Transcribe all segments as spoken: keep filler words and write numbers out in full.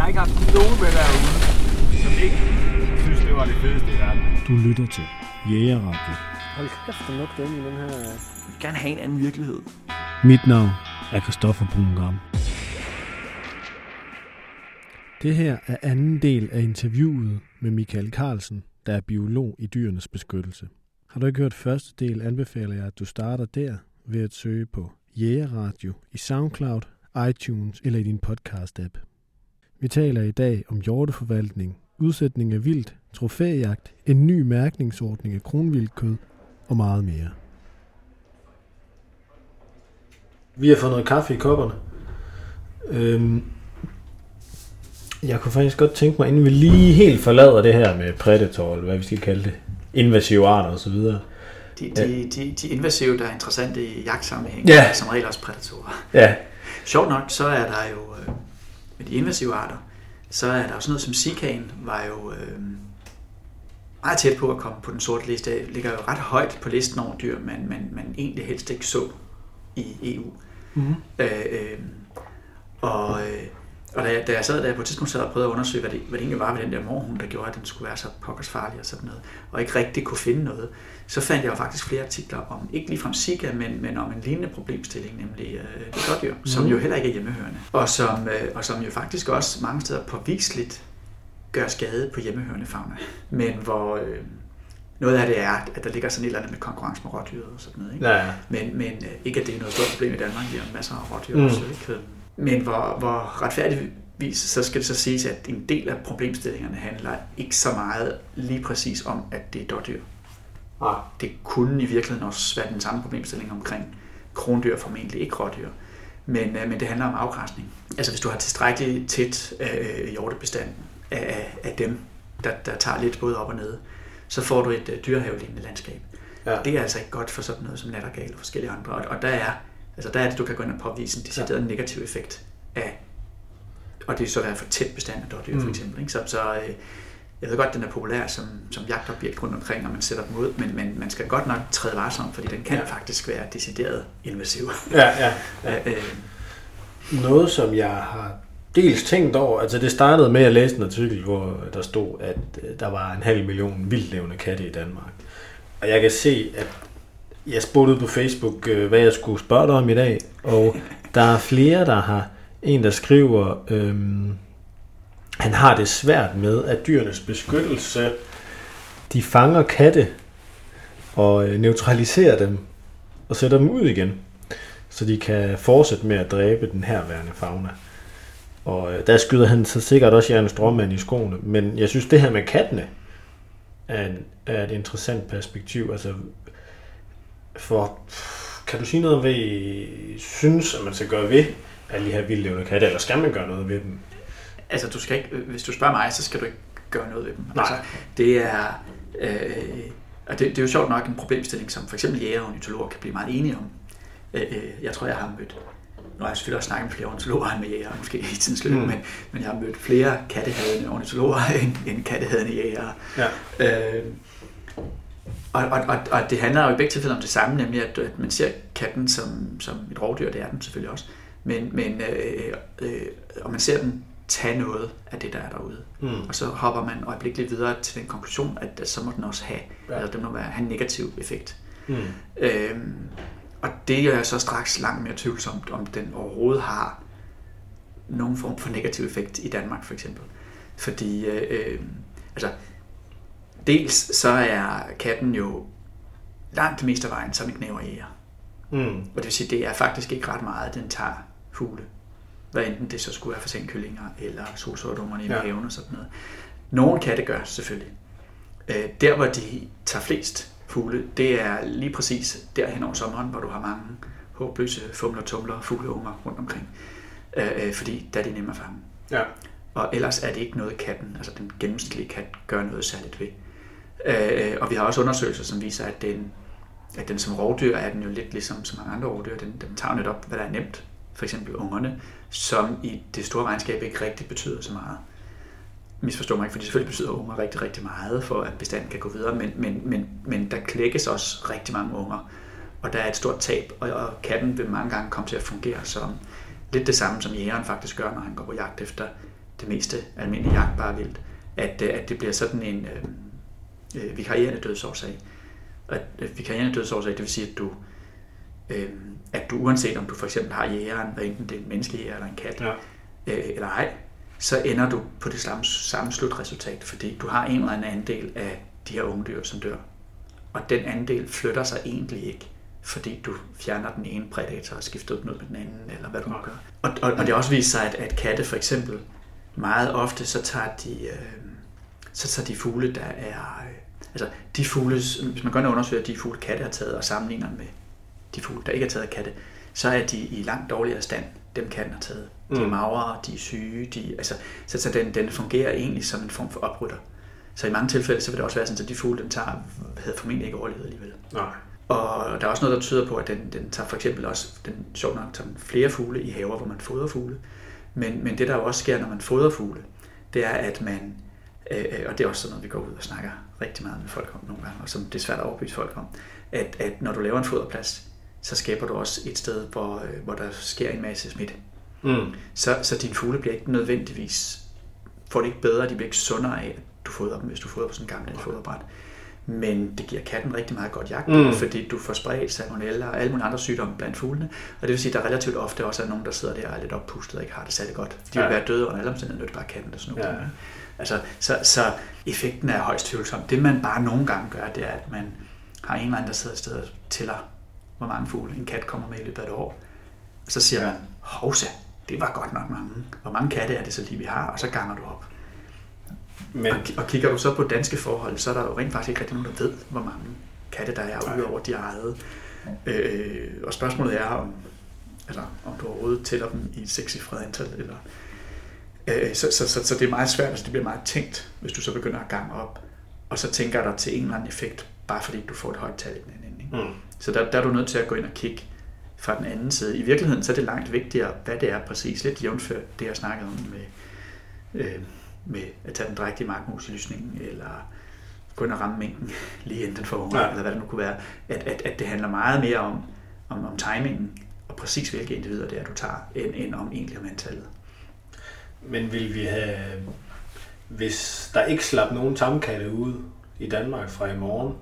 Jeg har ikke haft nogen med derude, som ikke synes, det var det fedeste i verden. Du lytter til Jægerradio. Hold kæft, der nok dem i den her... Jeg vil gerne have en anden virkelighed. Mit navn er Christoffer Brungam. Det her er anden del af interviewet med Michael Carlsen, der er biolog i Dyrenes Beskyttelse. Har du ikke hørt første del, anbefaler jeg, at du starter der ved at søge på Jægerradio i SoundCloud, iTunes eller i din podcast-app. Vi taler i dag om hjorteforvaltning, udsætning af vildt, trofæjagt, en ny mærkningsordning af kronvildtkød og meget mere. Vi har fået noget kaffe i kopperne. Øhm, jeg kunne faktisk godt tænke mig, inden vi lige helt forlader det her med predator, eller hvad vi skal kalde det, invasive arter osv. De, de, de, de invasive, der er interessante i jagtsammenhæng, ja. er som regel også prædatorer. Ja. Sjovt nok, så er der jo, øh, med de invasive arter, så er der også noget som sikaen, var jo øh, meget tæt på at komme på den sorte liste. Det ligger jo ret højt på listen over dyr, men man, man egentlig helst ikke så i E U. Mm-hmm. Øh, øh, og øh, og da jeg, da jeg sad der på et tidspunkt sad og prøvede at undersøge, hvad det, hvad det egentlig var ved den der morhund, der gjorde, at den skulle være så pokkers farlig og sådan noget, og ikke rigtig kunne finde noget, så fandt jeg jo faktisk flere artikler om, ikke ligefrem Zika, men, men om en lignende problemstilling, nemlig øh, det dådyr, mm. som jo heller ikke er hjemmehørende, og som, øh, og som jo faktisk også mange steder påviseligt gør skade på hjemmehørende fauna, men hvor øh, noget af det er, at der ligger sådan et eller andet med konkurrence med rådyret og sådan noget, ikke? Ja, ja. Men, men øh, ikke at det er noget stort problem i Danmark, vi har masser af rådyr mm. også, ikke? Men hvor, hvor retfærdigvis, så skal det så siges, at en del af problemstillingerne handler ikke så meget lige præcis om, at det er dårdyr. Ah. Det kunne i virkeligheden også være den samme problemstilling omkring krondyr, formentlig ikke rådyr. Men, men det handler om afgræsning. Altså hvis du har tilstrækkeligt tæt øh, hjortebestand af, af dem, der, der tager lidt både op og ned, så får du et øh, dyrehavelignende landskab. Ja. Det er altså ikke godt for sådan noget som nattergal og forskellige andre. Og, og der er Altså der er det, du kan gå ind og påvise en decideret ja. negativ effekt af, og det er så være for tæt bestand af dårdyr mm. for eksempel. Ikke? Så, så øh, jeg ved godt, den er populær som, som jagtobjekt rundt omkring, når man sætter dem ud, men, men man skal godt nok træde varsomt, fordi den kan ja. faktisk være decideret invasiv. Ja, ja. ja. øh, Noget, som jeg har dels tænkt over, altså det startede med at læse en artikel, hvor der stod, at der var en halv million vildtlevende katte i Danmark. Og jeg kan se, at jeg spurgte ud på Facebook, hvad jeg skulle spørge dig om i dag, og der er flere, der har en, der skriver, øhm, han har det svært med, at Dyrenes Beskyttelse, de fanger katte og neutraliserer dem og sætter dem ud igen, så de kan fortsætte med at dræbe den herværende fauna. Og der skyder han så sikkert også Jørgen Stråmand i skoene, men jeg synes, det her med kattene er, en, er et interessant perspektiv. Altså, for kan du sige noget om, hvad I synes, at man skal gøre ved alle de her vildtlevende katte, eller skal man gøre noget ved dem? Altså, du skal ikke, hvis du spørger mig, så skal du ikke gøre noget ved dem. Nej. Altså, det er, øh, og det, det er jo sjovt nok en problemstilling, som for eksempel jæger og ornitologer kan blive meget enige om. Øh, jeg tror, jeg har mødt, nu har jeg selvfølgelig også snakket med flere ornitologer end med jæger, måske i tidens løb, mm. men, men jeg har mødt flere kattehadende ornitologer end, end kattehadende jæger. Ja. Øh, Og, og, og, og det handler jo i begge tilfælde om det samme, nemlig at, at man ser katten som, som et rovdyr, det er den selvfølgelig også, men, men øh, øh, og man ser den tage noget af det, der er derude. Mm. Og så hopper man øjeblikkeligt videre til den konklusion, at, at så må den også have, ja. eller den må være, have en negativ effekt. Mm. Øhm, og det er så straks langt mere tvivlsomt, om den overhovedet har nogen form for negativ effekt i Danmark for eksempel. Fordi, øh, altså, dels så er katten jo langt det meste af vejen som en knæverjæger. Mm. Og det vil sige, det er faktisk ikke ret meget, den tager fugle. Hvad enten det så skulle være for sengkyllinger eller solsortungerne i ja. haven og sådan noget. Nogle katte gør selvfølgelig. Der hvor de tager flest fugle, det er lige præcis derhen over sommeren, hvor du har mange håbløse fumler, tumler, fugleunger rundt omkring. Fordi der er de nemme at fange. Ja. Og ellers er det ikke noget katten, altså den gennemsnitlige kat, gør noget særligt ved. Øh, og vi har også undersøgelser, som viser, at den, at den som rovdyr er den jo lidt ligesom så mange andre rovdyr. Den, den tager netop, hvad der er nemt, for eksempel ungerne, som i det store regnskab ikke rigtig betyder så meget. Misforstår mig ikke, fordi selvfølgelig betyder unger rigtig, rigtig meget, for at bestanden kan gå videre, men, men, men, men der klækkes også rigtig mange unger, og der er et stort tab, og, og katten vil mange gange komme til at fungere som lidt det samme, som jægeren faktisk gør, når han går på jagt efter det meste almindelige jagtbare vildt, at, at det bliver sådan en øh, øh, vikarierende dødsårsag. At, øh, vikarierende dødsårsag, det vil sige, at du, øh, at du uanset om du for eksempel har jægeren, hvad enten det er en menneskejæger eller en kat, ja. øh, eller ej, så ender du på det samme, samme slutresultat, fordi du har en eller anden andel af de her unge dyr, som dør. Og den andel flytter sig egentlig ikke, fordi du fjerner den ene predator og skifter den ud med den anden, eller hvad du nu gør. Og, og, og det har også vist sig, at, at katte for eksempel meget ofte, så tager de, øh, så tager de fugle, der er... Øh, altså de fugle, hvis man går ind og undersøger, de fugle, katte har taget og sammenligner med de fugle, der ikke har taget katte, så er de i langt dårligere stand, dem katten har taget. De er magre, de er syge, de, altså, så, så den, den fungerer egentlig som en form for oprytter. Så i mange tilfælde, så vil det også være sådan, at de fugle, den tager, havde formentlig ikke overlevet alligevel. Nej. Og der er også noget, der tyder på, at den, den tager for eksempel også, den sjovt nok tager flere fugle i haver, hvor man fodrer fugle. Men, men det, der jo også sker, når man fodrer fugle, det er, at man, øh, og det er også sådan noget, vi går ud og snakker rigtig meget med folk om nogle gange, og som det er svært at overbevise folk om, at, at når du laver en foderplads, så skaber du også et sted, hvor, øh, hvor der sker en masse smitte. Mm. Så, så dine fugle bliver ikke nødvendigvis, får det ikke bedre, de bliver ikke sundere af, at du fodrer dem, hvis du fodrer på sådan en gammel foderbræt. Men det giver katten rigtig meget godt jagt, mm. fordi du får spredt salmonella og alle mulige andre sygdomme blandt fuglene. Og det vil sige, at der relativt ofte også er nogen, der sidder der og er lidt oppustet og ikke har det særlig godt. De vil ja. være døde under alle omstændigheder, det er bare katten, der snuger. Ja. Altså, så, så effekten er højst tvivlsom. Det man bare nogle gange gør, det er, at man har en eller anden, der sidder et sted og tæller, hvor mange fugle en kat kommer med i løbet af et år. Og så siger man, hovsa, det var godt nok mange. Hvor mange katte er det så lige, vi har? Og så ganger du op. Men... Og, og kigger du så på danske forhold, så er der jo rent faktisk ikke rigtig nogen, der ved, hvor mange katte der er ude over de ejede. Øh, og spørgsmålet er, om, altså, om du overhovedet tæller dem i et sekscifret antal. Eller, øh, så, så, så, så det er meget svært, altså det bliver meget tænkt, hvis du så begynder at gange op. Og så tænker der til en eller anden effekt, bare fordi du får et højt tal i den anden ende. Mm. Så der, der er du nødt til at gå ind og kigge fra den anden side. I virkeligheden så er det langt vigtigere, hvad det er præcis. Lidt jævnført det, jeg snakkede om med... Øh, med at tage den direkte markmus i lysningen, eller gå ind og ramme mængden lige inden den får unger, ja. eller hvad det nu kunne være, at, at, at det handler meget mere om, om, om timingen, og præcis hvilke individer det er, du tager, end, end om egentlig om antallet. Men vil vi have, hvis der ikke slap nogen tamkatte ud i Danmark fra i morgen,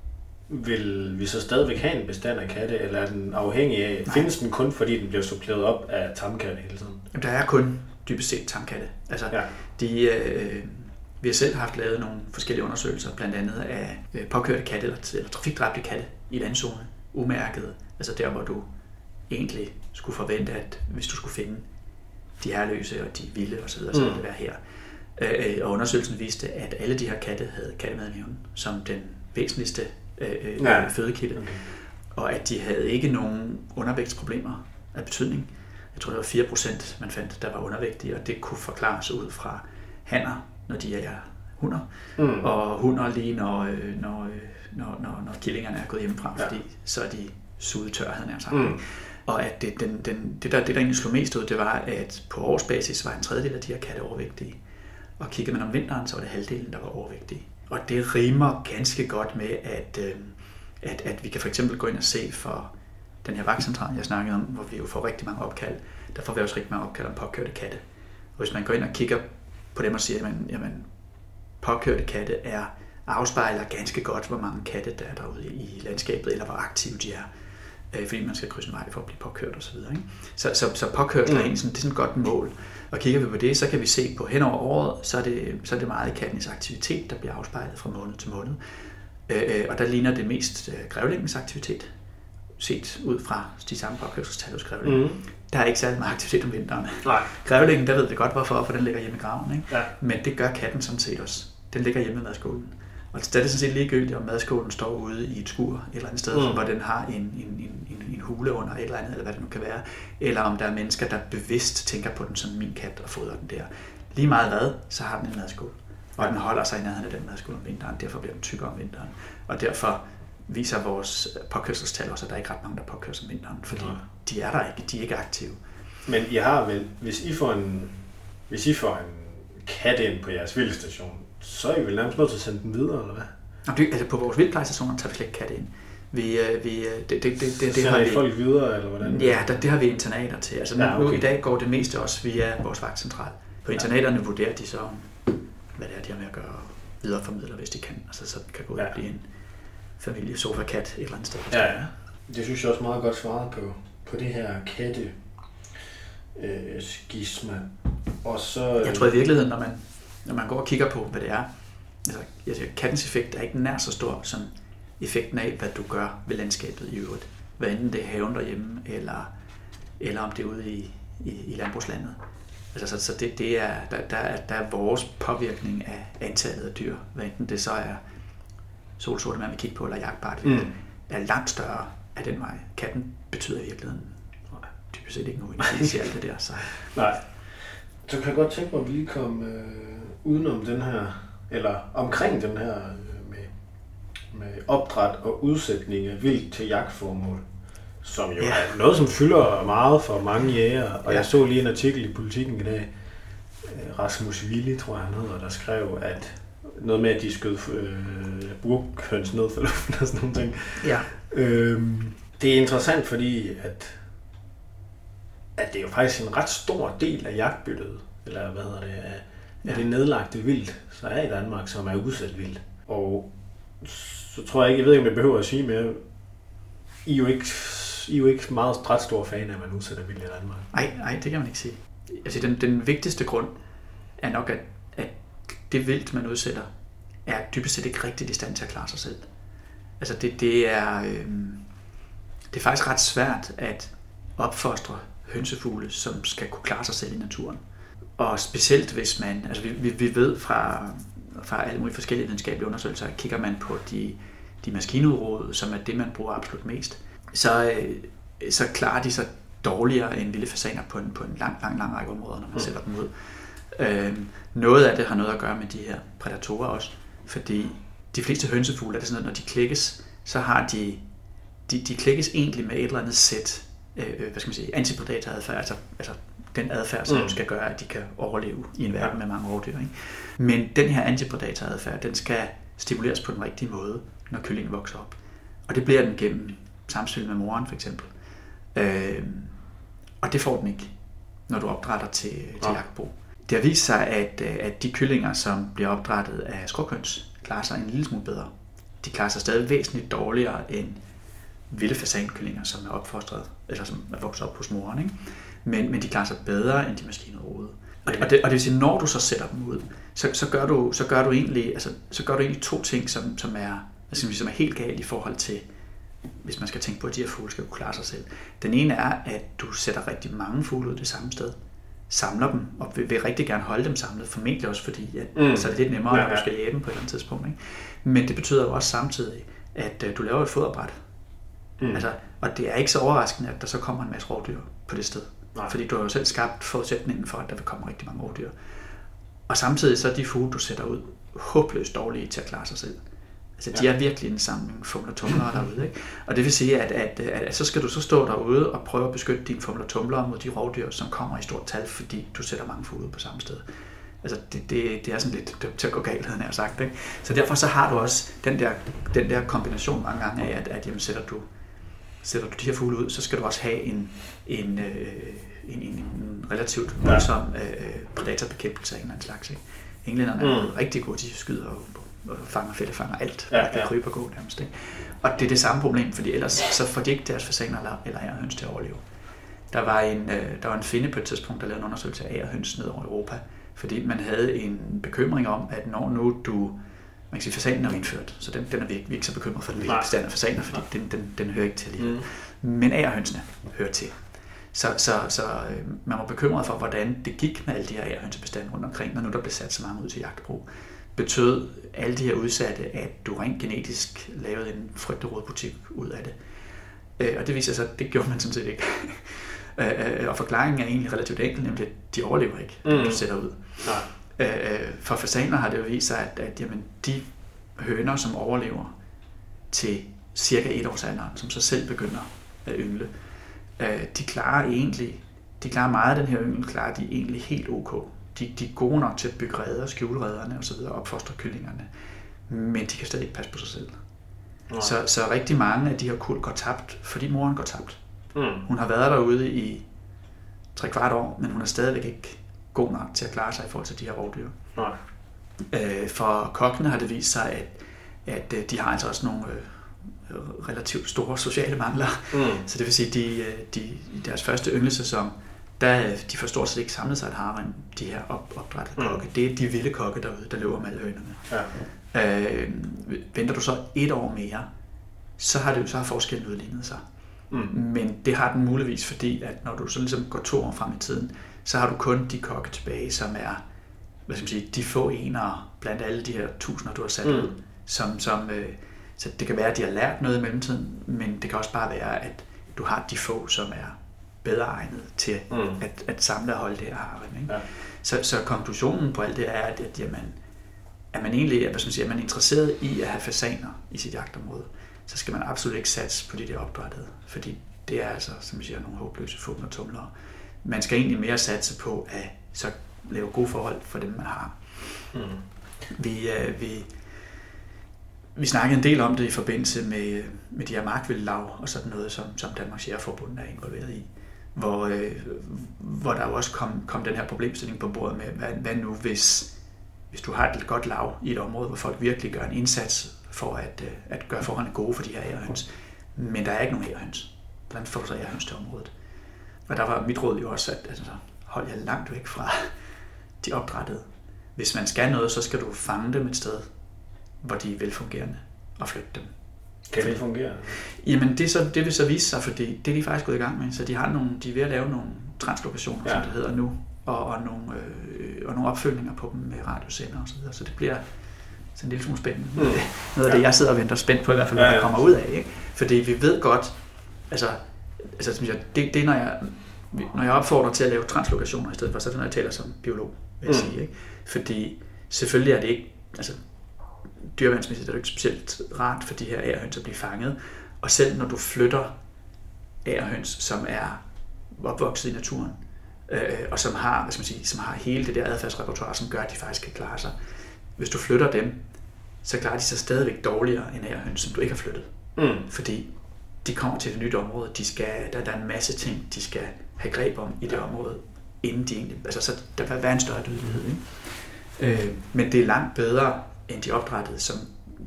vil vi så stadigvæk have en bestand af katte, eller er den afhængig af, Nej. findes den kun fordi den bliver suppleret op af tamkatte hele tiden? Jamen, der er kun dybest set tamkatte. Altså, ja. de, øh, vi har selv haft lavet nogle forskellige undersøgelser, blandt andet af øh, påkørte katte eller, eller trafikdræbte katte i landzone, umærkede, altså der, hvor du egentlig skulle forvente, at hvis du skulle finde de herløse og de vilde osv., så, så ville det være her. Øh, og undersøgelsen viste, at alle de her katte havde kattemad i maven som den væsentligste øh, ja. fødekilde, okay. og at de havde ikke nogen undervægtsproblemer af betydning. Jeg tror, det var fire procent, man fandt, der var undervægtige, og det kunne forklares ud fra hanner, når de er hunder, mm. og hunder lige, når, når, når, når, når killingerne er gået hjemmefra, ja. fordi så er de suget tør, havde jeg sagt. Mm. Og at det, den, den, det, der, det, der egentlig slog mest ud, det var, at på årsbasis var en tredjedel af de her katte overvægtige. Og kiggede man om vinteren, så var det halvdelen, der var overvægtige. Og det rimer ganske godt med, at, at, at vi kan for eksempel gå ind og se for den her vagtcentral, jeg snakkede om, hvor vi jo får rigtig mange opkald. Der får vi også rigtig mange opkald om påkørte katte. Og hvis man går ind og kigger på dem og siger, jamen, jamen påkørte katte er, afspejler ganske godt, hvor mange katte der er derude i landskabet, eller hvor aktive de er. Øh, fordi man skal krydse en vej for at blive påkørt osv. Så, så, så påkørsel er mm. sådan, det er sådan et godt mål. Og kigger vi på det, så kan vi se på hen over året, så er det, så er det meget kattens aktivitet, der bliver afspejlet fra måned til måned. Øh, og der ligner det mest øh, grævlingens aktivitet, set ud fra de samme påkørselstal hos grævlingen. Mm. Der er ikke særlig meget aktivitet om vinteren. Nej. Grævlingen, der ved det godt hvorfor, for den ligger hjemme i graven. Ikke? Ja. Men det gør katten sådan set også. Den ligger hjemme i madskålen. Og der er det sådan set ligegyldigt, om madskålen står ude i et skur et eller andet sted, mm. hvor den har en, en, en, en hule under et eller andet, eller hvad det nu kan være. Eller om der er mennesker, der bevidst tænker på den som min kat og fodrer den der. Lige meget hvad, så har den en madskål. Og ja. den holder sig i nærheden af den madskål om vinteren. Derfor bliver den tykkere om vinteren. Og derfor viser vores påkørselstal også, at der er ikke ret mange, der påkører om vinteren. Fordi ja. de er der ikke. De er ikke aktive. Men I har vel, hvis I får en, hvis I får en kat ind på jeres vildstation, så er I vel nærmest nødt til at sende den videre, eller hvad? Det, altså på vores vildplejestationer tager vi slet ikke katte ind. Vi, vi, det, det, det, det, det har I vi, folk videre, eller hvordan? Ja, der, det har vi internater til. Altså nu, ja, okay. nu i dag går det meste også via vores vagtcentral. På internaterne vurderer de så, hvad det er, de har med at gøre, og videreformidler, hvis de kan. Altså så kan gå ud og blive en familie sofa-kat et eller andet sted. Ja, ja. Det synes jeg også meget godt svaret på, på det her katte øh, skisma. Og så, jeg tror i virkeligheden, når man, når man går og kigger på, hvad det er, altså jeg siger, kattens effekt er ikke nær så stor som effekten af, hvad du gør ved landskabet i øvrigt. Hvad enten det er haven derhjemme, eller, eller om det er ude i, i, i landbrugslandet. Altså, så, så det, det er, der, der, er, der er vores påvirkning af antallet af dyr, hvad enten det så er solsorte, man vil kigge på, eller jagtbart, mm. er langt større af den vej. Katten betyder i virkeligheden typisk set ikke noget i alt det der. Så. Nej. Så kan jeg godt tænke mig, at vi lige kom øh, udenom den her, eller omkring den her øh, med, med opdræt og udsætning af vildt til jagtformål, som jo ja. er noget, som fylder meget for mange jæger. Og ja. jeg så lige en artikel i Politiken i dag, Rasmus Willi, tror jeg han hedder, der skrev, at noget med, at de skød øh, burkhøns ned for luften og sådan nogle ting. Ja. Øhm, det er interessant, fordi at, at det er jo faktisk en ret stor del af jagtbyttet, eller hvad hedder det, af, ja. af det nedlagte vildt, så er i Danmark, som er udsat vildt. Og så tror jeg ikke, jeg ved ikke, om jeg behøver at sige mere, I er jo ikke, I er jo ikke meget ret stor fan af, at man udsætter vildt i Danmark. Nej, nej, det kan man ikke sige. Altså, den, den vigtigste grund er nok, at, at det vildt, man udsætter, er dybest set ikke rigtigt i stand til at klare sig selv. Altså, det, det, er, øh, det er faktisk ret svært at opfostre hønsefugle, som skal kunne klare sig selv i naturen. Og specielt hvis man, altså vi, vi, vi ved fra, fra alle mulige forskellige videnskabelige undersøgelser, kigger man på de, de maskinudråd, som er det, man bruger absolut mest, så, øh, så klarer de sig dårligere end vilde fasaner på en, på en lang, lang, lang række områder, når man sætter dem ud. Øh, noget af det har noget at gøre med de her prædatorer også, fordi de fleste hønsefugle, er det sådan, at når de klikkes, så har de, de, de klikkes egentlig med et eller andet sæt, øh, hvad skal man sige, antipredator-adfærd, altså, altså den adfærd, som mm. skal gøre, at de kan overleve i en verden med mange rovdyr. Ikke? Men den her antipredator-adfærd, den skal stimuleres på den rigtige måde, når kyllingen vokser op. Og det bliver den gennem samspil med moren, for eksempel. Øh, og det får den ikke, når du opdrætter til, til jagtbrug. Det har vist sig, at, at de kyllinger, som bliver opdrættet af skrubhøns, klarer sig en lille smule bedre. De klarer sig stadig væsentligt dårligere end vilde fasankyllinger, som er opfostret, eller som er vokset op hos moren, ikke? Men, men de klarer sig bedre end de maskinudrådede. Og, og, det, og det vil sige, når du så sætter dem ud, så, så, gør, du, så, gør, du egentlig, altså, så gør du egentlig to ting, som, som, er, altså, som er helt galt i forhold til, hvis man skal tænke på, at de her fugle skal kunne klare sig selv. Den ene er, at du sætter rigtig mange fugle ud det samme sted, samler dem, og vil, vil rigtig gerne holde dem samlet, formentlig også fordi, at, mm. så er det lidt nemmere, ja, når du skal jage dem på et eller andet tidspunkt. Ikke? Men det betyder jo også samtidig, at uh, du laver et foderbræt. Mm. Altså, og det er ikke så overraskende, at der så kommer en masse rovdyr på det sted. Nej. Fordi du har jo selv skabt forudsætningen for, at der vil komme rigtig mange rovdyr. Og samtidig så er de fugle, du sætter ud, håbløst dårlige til at klare sig selv. Altså, de ja. er virkelig en samling fumler og tumlere derude. Ikke? Og det vil sige, at, at, at, at så skal du så stå derude og prøve at beskytte dine fumler og tumlere mod de rovdyr, som kommer i stort tal, fordi du sætter mange fugle på samme sted. Altså, det, det, det er sådan lidt til at gå galt, havde jeg sagt. Ikke? Så derfor så har du også den der, den der kombination mange gange af, at, at jamen, sætter, du, sætter du de her fugle ud, så skal du også have en, en, øh, en, en, en relativt voldsom øh, predatorbekæmpelse af en eller anden slags. Ikke? Englænderne er mm. rigtig gode, de skyder og og fanger, fældefanger, alt, ja, der kan ja. krybe og gå nærmest. Ikke? Og det er det samme problem, fordi ellers så får de ikke deres fasaner eller, eller agerhøns til at overleve. Der var en, øh, der var en finde på et tidspunkt, der lavede en undersøgelse af agerhøns ned over Europa, fordi man havde en bekymring om, at når nu du, man kan sige, fasanen er indført, så den, den er vi ikke, vi er ikke så bekymret for den vilde bestand af fasaner, fordi den, den, den hører ikke til lige. Mm. Men agerhønsene hører til. Så, så, så øh, man var bekymret for, hvordan det gik med alle de her agerhønsebestande rundt omkring, når nu der blev sat så mange ud til jagtbrug. Betød alle de her udsatte, at du rent genetisk lavede en frygterådbutik ud af det. Øh, og det viser sig, at det gjorde man sådan set ikke. øh, og forklaringen er egentlig relativt enkel, nemlig at de overlever ikke, mm. det du sætter ud. Øh, for fasaner har det jo vist sig, at, at jamen, de høner, som overlever til cirka et års alderen, som så selv begynder at yngle, øh, de klarer egentlig, de klarer meget af den her yngel, klarer de egentlig helt ok. De, de er gode nok til at bygge redder, skjuleredderne osv., og opfostre kyllingerne, men de kan stadig ikke passe på sig selv. Så, så rigtig mange af de her kuld går tabt, fordi moren går tabt. Mm. Hun har været derude i tre kvart år, men hun har stadigvæk ikke god nok til at klare sig i forhold til de her rovdyr. Nej. Øh, for kokkene har det vist sig, at, at de har altså også nogle øh, relativt store sociale mangler. Mm. Så det vil sige, at de, de, i deres første ynglesæson, der de får stort set ikke samlet sig et harem, de her op, opdrættede mm. kokke. Det er de vilde kokke derude, der løber med alle hønerne. Ja. Øh, venter du så et år mere, så har, det, så har forskellen udlignet sig. Mm. Men det har den muligvis, fordi at når du så ligesom går to år frem i tiden, så har du kun de kokke tilbage, som er, hvad skal man sige, de få enere blandt alle de her tusinder, du har sat mm. ud, som, som øh, så det kan være, at de har lært noget i mellemtiden, men det kan også bare være, at du har de få, som er bedre egnet til mm. at, at samle og holde det her harem. Ikke? Ja. Så, så konklusionen på alt det er, at, at jamen, er man egentlig hvad skal man sige, er man interesseret i at have fasaner i sit jagtområde, så skal man absolut ikke satse på de der opdrættede, fordi det er altså, som jeg siger, nogle håbløse fugler og tumlere. Man skal egentlig mere satse på at så lave gode forhold for dem, man har. Mm. Vi, øh, vi, vi snakkede en del om det i forbindelse med, med de her markvildelav og sådan noget, som, som Danmarks Jægerforbund er involveret i, hvor, øh, hvor der jo også kom, kom den her problemstilling på bordet med, hvad, hvad nu hvis, hvis du har et godt lav i et område, hvor folk virkelig gør en indsats for at, at gøre forholdene gode for de her ærehøns, men der er ikke nogen ærehøns. Hvordan får du så ærehøns til området? Og der var mit råd jo også, at altså, hold jer langt væk fra de opdrættede. Hvis man skal noget, så skal du fange dem et sted, hvor de er velfungerende, og flytte dem. Kan det fungere? Jamen, det, så, det vil så vise sig, fordi det er de faktisk gået i gang med. Så de, har nogle, de er ved at lave nogle translokationer, ja. som det hedder nu, og, og, nogle, øh, og nogle opfølgninger på dem med radiosender og så videre. Så det bliver sådan en lille smule spændende. Mm. Noget af det, jeg sidder og venter spændt på, i hvert fald, hvad ja, ja. der kommer ud af. Ikke? Fordi vi ved godt, altså, altså det, det er, når jeg, når jeg opfordrer til at lave translokationer i stedet for, så er det, når jeg taler som biolog, vil jeg mm. sige. Ikke? Fordi selvfølgelig er det ikke, altså dyrevandsmæssigt er det ikke specielt rart for de her ærehøns at blive fanget. Og selv når du flytter ærehøns, som er opvokset i naturen, øh, og som har, hvad skal man sige, som har hele det der adfærdsrepertoire, som gør, at de faktisk kan klare sig. Hvis du flytter dem, så klarer de sig stadigvæk dårligere end ærehøns, som du ikke har flyttet. Mm. Fordi de kommer til et nyt område, de skal, der, der er en masse ting, de skal have greb om i det område, inden de egentlig, altså så der vil være en større dødelighed. Ikke? Øh, men det er langt bedre end de opdrættede, som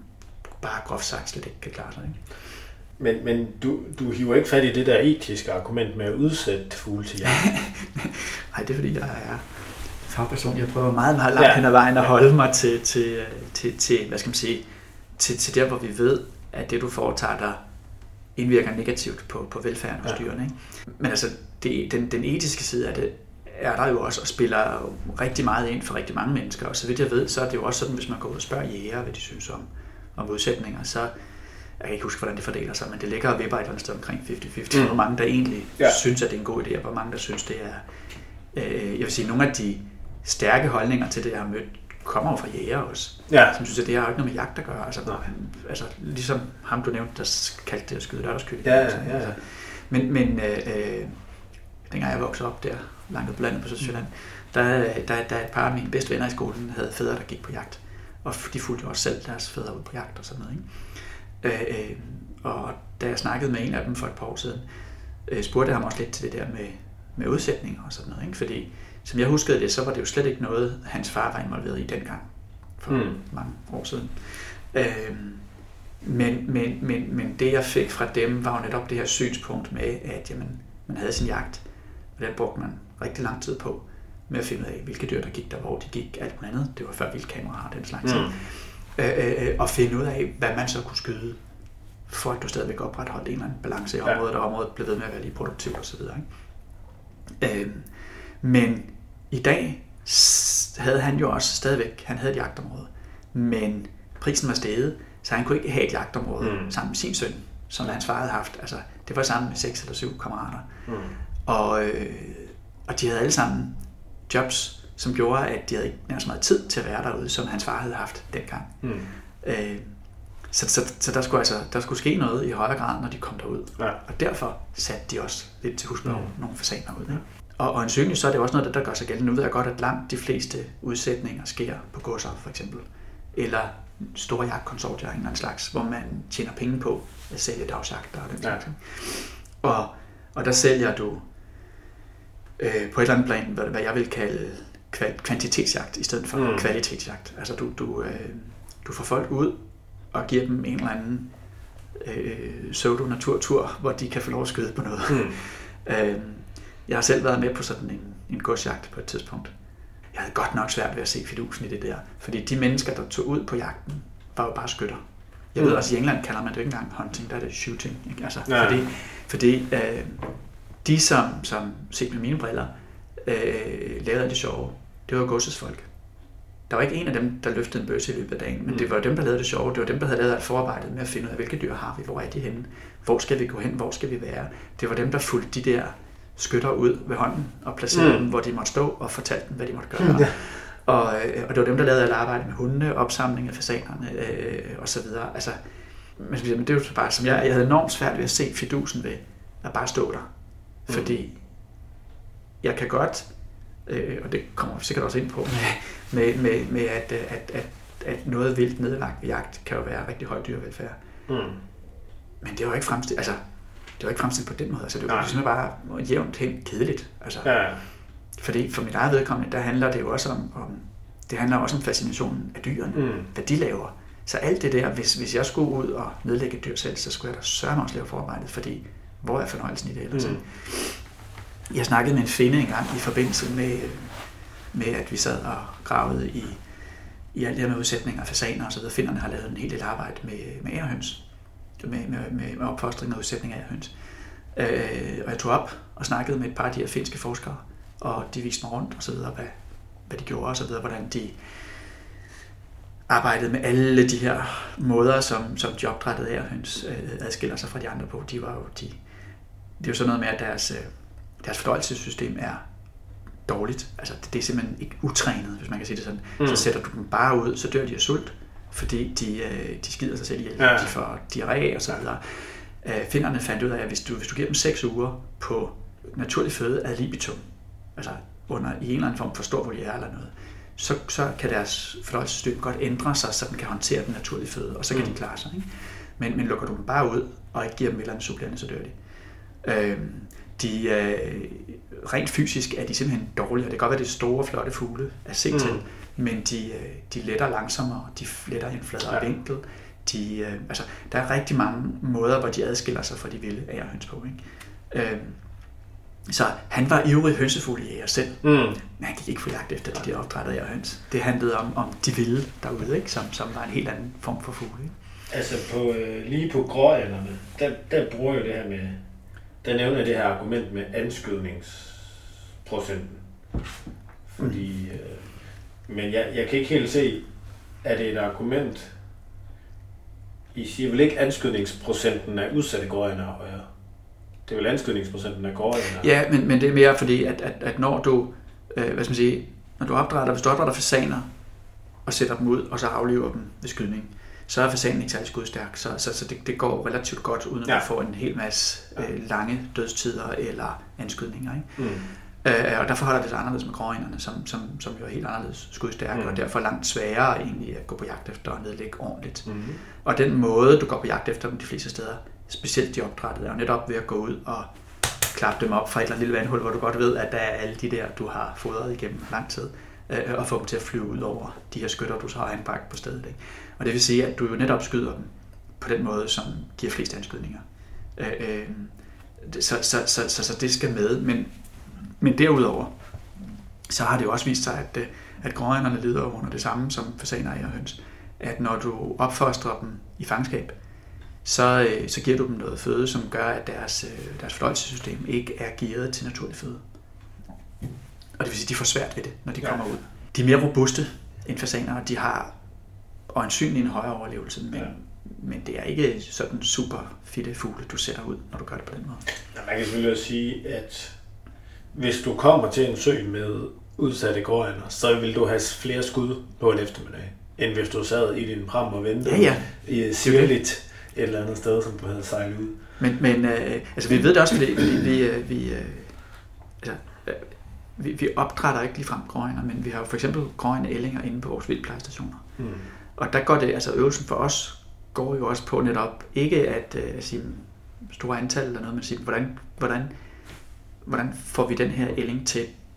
bare groft sagt slet ikke kan klare sig. Ikke? Men, men du, du hiver ikke fat i det der etiske argument med at udsætte fugle til jagt? Nej, det er fordi, jeg er fagperson. Jeg prøver meget, meget langt ja. hen ad vejen at holde mig til, til, til, til, hvad skal man sige, til, til der, hvor vi ved, at det, du foretager dig, indvirker negativt på, på velfærden hos ja. dyrene. Ikke? Men altså, det, den, den etiske side af det, er der jo også og spiller rigtig meget ind for rigtig mange mennesker. Og så vidt jeg ved, så er det jo også sådan, hvis man går ud og spørger jæger, hvad de synes om, om udsætninger, så jeg kan ikke huske, hvordan det fordeler sig, men det ligger og vipper et eller andet sted omkring halvtreds halvtreds. Mm. Hvor mange der egentlig ja. synes, at det er en god idé, og hvor mange der synes, det er... Øh, jeg vil sige, nogle af de stærke holdninger til det, jeg har mødt, kommer jo fra jæger også. Ja. Som synes, at det har jo ikke noget med jagt at gøre. Altså, altså ligesom ham, du nævnte, der kaldte det at skyde lørdagskylling. Ja, ja, ja. Altså. Men, men øh, dengang jeg voksede op der, langt ud på landet på Sydsjælland, der, der, der et par af mine bedste venner i skolen havde fædre, der gik på jagt. Og de fulgte jo også selv deres fædre ud på jagt og sådan noget. Ikke? Øh, og da jeg snakkede med en af dem for et par år siden, øh, spurgte jeg ham også lidt til det der med, med udsætninger og sådan noget. Ikke? Fordi som jeg huskede det, så var det jo slet ikke noget, hans far var involveret i dengang, for mm. mange år siden. Øh, men, men, men, men det jeg fik fra dem, var jo netop det her synspunkt med, at jamen, man havde sin jagt, og der brugte man rigtig lang tid på, med at finde ud af, hvilke dyr der gik der, hvor de gik, alt muligt andet. Det var før vildkameraer og den slags. Mm. Øh, øh, og finde ud af, hvad man så kunne skyde, for at du stadigvæk opretholdt en eller anden balance i området, ja. og området blev ved med at være lige produktivt osv. Øh, men i dag havde han jo også stadigvæk, han havde et jagtområde, men prisen var steget, så han kunne ikke have et jagtområde mm. sammen med sin søn, som hans far havde haft. Altså, det var sammen med seks eller syv kammerater. Mm. Og, øh, og de havde alle sammen jobs, som gjorde, at de havde ikke nær så meget tid til at være derude, som hans far havde haft dengang. Mm. Øh, så så, så der, skulle altså, der skulle ske noget i højere grad, når de kom derud. Ja. Og derfor satte de også lidt til husbehov mm. nogle fasaner ud. Ikke? Og, og en synlig, så er det også noget, der gør sig gældende. Nu ved jeg godt, at langt de fleste udsætninger sker på godser, for eksempel. Eller store jagtkonsortier af en eller anden slags, hvor man tjener penge på at sælge dagsjagter og den slags. Ja. Og, og der sælger du øh, på et eller andet plan, hvad, hvad jeg vil kalde kvantitetsjagt i stedet for Mm. kvalitetsjagt. Altså du, du, øh, du får folk ud og giver dem en eller anden øh, pseudo-naturtur, hvor de kan få lov at skyde på noget. Mm. øh, jeg har selv været med på sådan en, en godsjagt på et tidspunkt. Jeg havde godt nok svært ved at se fidusen i det der, fordi de mennesker, der tog ud på jagten, var jo bare skytter. Jeg ved Mm. også, i England kalder man det ikke engang hunting, der er det shooting. Ikke? Altså, Ja. fordi fordi øh, de, som, som set med mine briller, øh, lavede det sjove, det var godsets folk. Der var ikke en af dem, der løftede en bøsse i løbet af dagen, men Mm. det var dem, der lavede det sjove. Det var dem, der havde lavet et forarbejde med at finde ud af, hvilke dyr har vi, hvor er de henne, hvor skal vi gå hen, hvor skal vi være. Det var dem, der fulgte de der skytter ud ved hånden og placerede Mm. dem, hvor de måtte stå og fortalte dem, hvad de måtte gøre. Og, øh, og det var dem, der lavede alt arbejde med hundene, opsamling af fasanerne øh, og så videre. Altså, men det er jo bare, som jeg, jeg havde enormt svært ved at se fidusen ved at bare stå der. Mm. Fordi jeg kan godt, øh, og det kommer vi sikkert også ind på, med, med, med at, at, at, at noget vildt nedlagt ved jagt kan jo være rigtig høj dyrevelfærd. Mm. Men det var ikke fremstillet, altså, det var ikke fremstillet på den måde. Altså, det var Nej. simpelthen bare jævnt helt kedeligt. Altså, Ja. fordi for mit eget vedkommende, der handler det jo også om, om det handler også om fascinationen af dyrene, Mm. hvad de laver. Så alt det der, hvis, hvis jeg skulle ud og nedlægge et dyr selv, så skulle jeg da sørge også lave forarbejdet, fordi hvor er fornøjelsen i det ellers? Mm. Jeg snakkede med en finde engang i forbindelse med, med at vi sad og gravede i, i alt det her med udsætninger af fasaner og så videre. Finderne har lavet en hel del arbejde med, med ærehøns, med, med, med, med opfostring og udsætning af ærehøns. Øh, og jeg tog op og snakkede med et par af de her finske forskere, og de viste mig rundt og så videre, hvad, hvad de gjorde og så videre, hvordan de arbejdede med alle de her måder, som, som de opdrættede ærehøns øh, adskiller sig fra de andre på. De var jo, de, det er jo sådan noget med, at deres, øh, deres fordøjelsessystem er dårligt. Altså, det, det er simpelthen ikke utrænet, hvis man kan sige det sådan. Mm. Så sætter du dem bare ud, så dør de af sult, fordi de, øh, de skider sig selv ihjel. Ja. De får diarré og så videre. Øh, Finnerne fandt ud af, at hvis du, hvis du giver dem seks uger på naturlig føde ad libitum, altså under i en eller anden form for stor voliere eller noget, så, så kan deres fordøjelsessystem godt ændre sig, så den kan håndtere den naturlige føde, og så kan mm. de klare sig. Ikke? Men, men lukker du dem bare ud, og ikke giver dem et eller andet supplerende, så dør de. Øh, de øh, rent fysisk er de simpelthen dårlige, og det kan godt være, det er store, flotte fugle at se mm. til, men de, de letter langsommere, de letter i en fladere ja. vinkel. De, øh, altså, der er rigtig mange måder, hvor de adskiller sig fra de vilde ærehøns på. Ikke? Øh, så han var ivrig hønsefuglejæger selv, mm. men han gik ikke på jagt efter de der opdrættede ærehøns. Det handlede om, om de vilde derude, ikke? Som, som var en helt anden form for fugle. Ikke? Altså på, øh, lige på gråænderne, der, der bruger jo det her med, der nævner det her argument med anskydningsprocenten. Fordi, mm. øh, men jeg, jeg kan ikke helt se, er det et argument, I siger vel ikke anskydningsprocenten af udsatte gråænder højere? Det er vel anskydningsprocenten af gråænder? Ja, men, men det er mere fordi, at, at, at når du, øh, hvad skal man sige, når du opdrætter, hvis du opdrætter fasaner, og sætter dem ud, og så aflever dem ved skydning, så er fasanen ikke særlig skudstærk, så, så, så det, det går relativt godt, uden at ja. du får en hel masse øh, lange dødstider eller anskydninger. Ikke? Mm. Øh, og der forholder det sig anderledes med gråænderne, som, som, som jo er helt anderledes skudstærke, mm. og derfor langt sværere egentlig at gå på jagt efter og nedlægge ordentligt. Mm. Og den måde, du går på jagt efter dem de fleste steder, specielt de opdrættede, er jo netop ved at gå ud og klappe dem op fra et eller andet lille vandhul, hvor du godt ved, at der er alle de der, du har fodret igennem lang tid, øh, og få dem til at flyve ud over de her skytter, du så har anbragt på stedet. Ikke? Og det vil sige, at du jo netop skyder dem på den måde, som giver flest anskydninger. Øh, øh, så, så, så, så, så det skal med, men, men derudover, så har det jo også vist sig, at, at gråænderne lider under det samme som fasaner og høns. At når du opfostrer dem i fangenskab, så, så giver du dem noget føde, som gør, at deres, deres fordøjelsessystem ikke er gearet til naturlig føde. Og det vil sige, at de får svært ved det, når de ja. kommer ud. De er mere robuste end fasaner, og de har øjensynligt en højere overlevelse, men, ja. men det er ikke sådan super fitte fugle, du sætter ud, når du gør det på den måde. Ja, man kan selvfølgelig også sige, at hvis du kommer til en sø med udsatte gråænder, så vil du have flere skud på en eftermiddag, end hvis du sad i din pram og ventede ja, ja. i civiligt et eller andet sted, som du havde sejlet ud. Men, men øh, altså, vi ved det også, fordi vi, vi, vi, øh, altså, øh, vi, vi opdrætter ikke ligefrem gråænder, men vi har jo for eksempel gråænder ællinger inde på vores vildplejestationer. Hmm. Og der går det, altså øvelsen for os går jo også på netop ikke at øh, sige store antal eller noget, men sige, hvordan, hvordan, hvordan får vi den her ælling til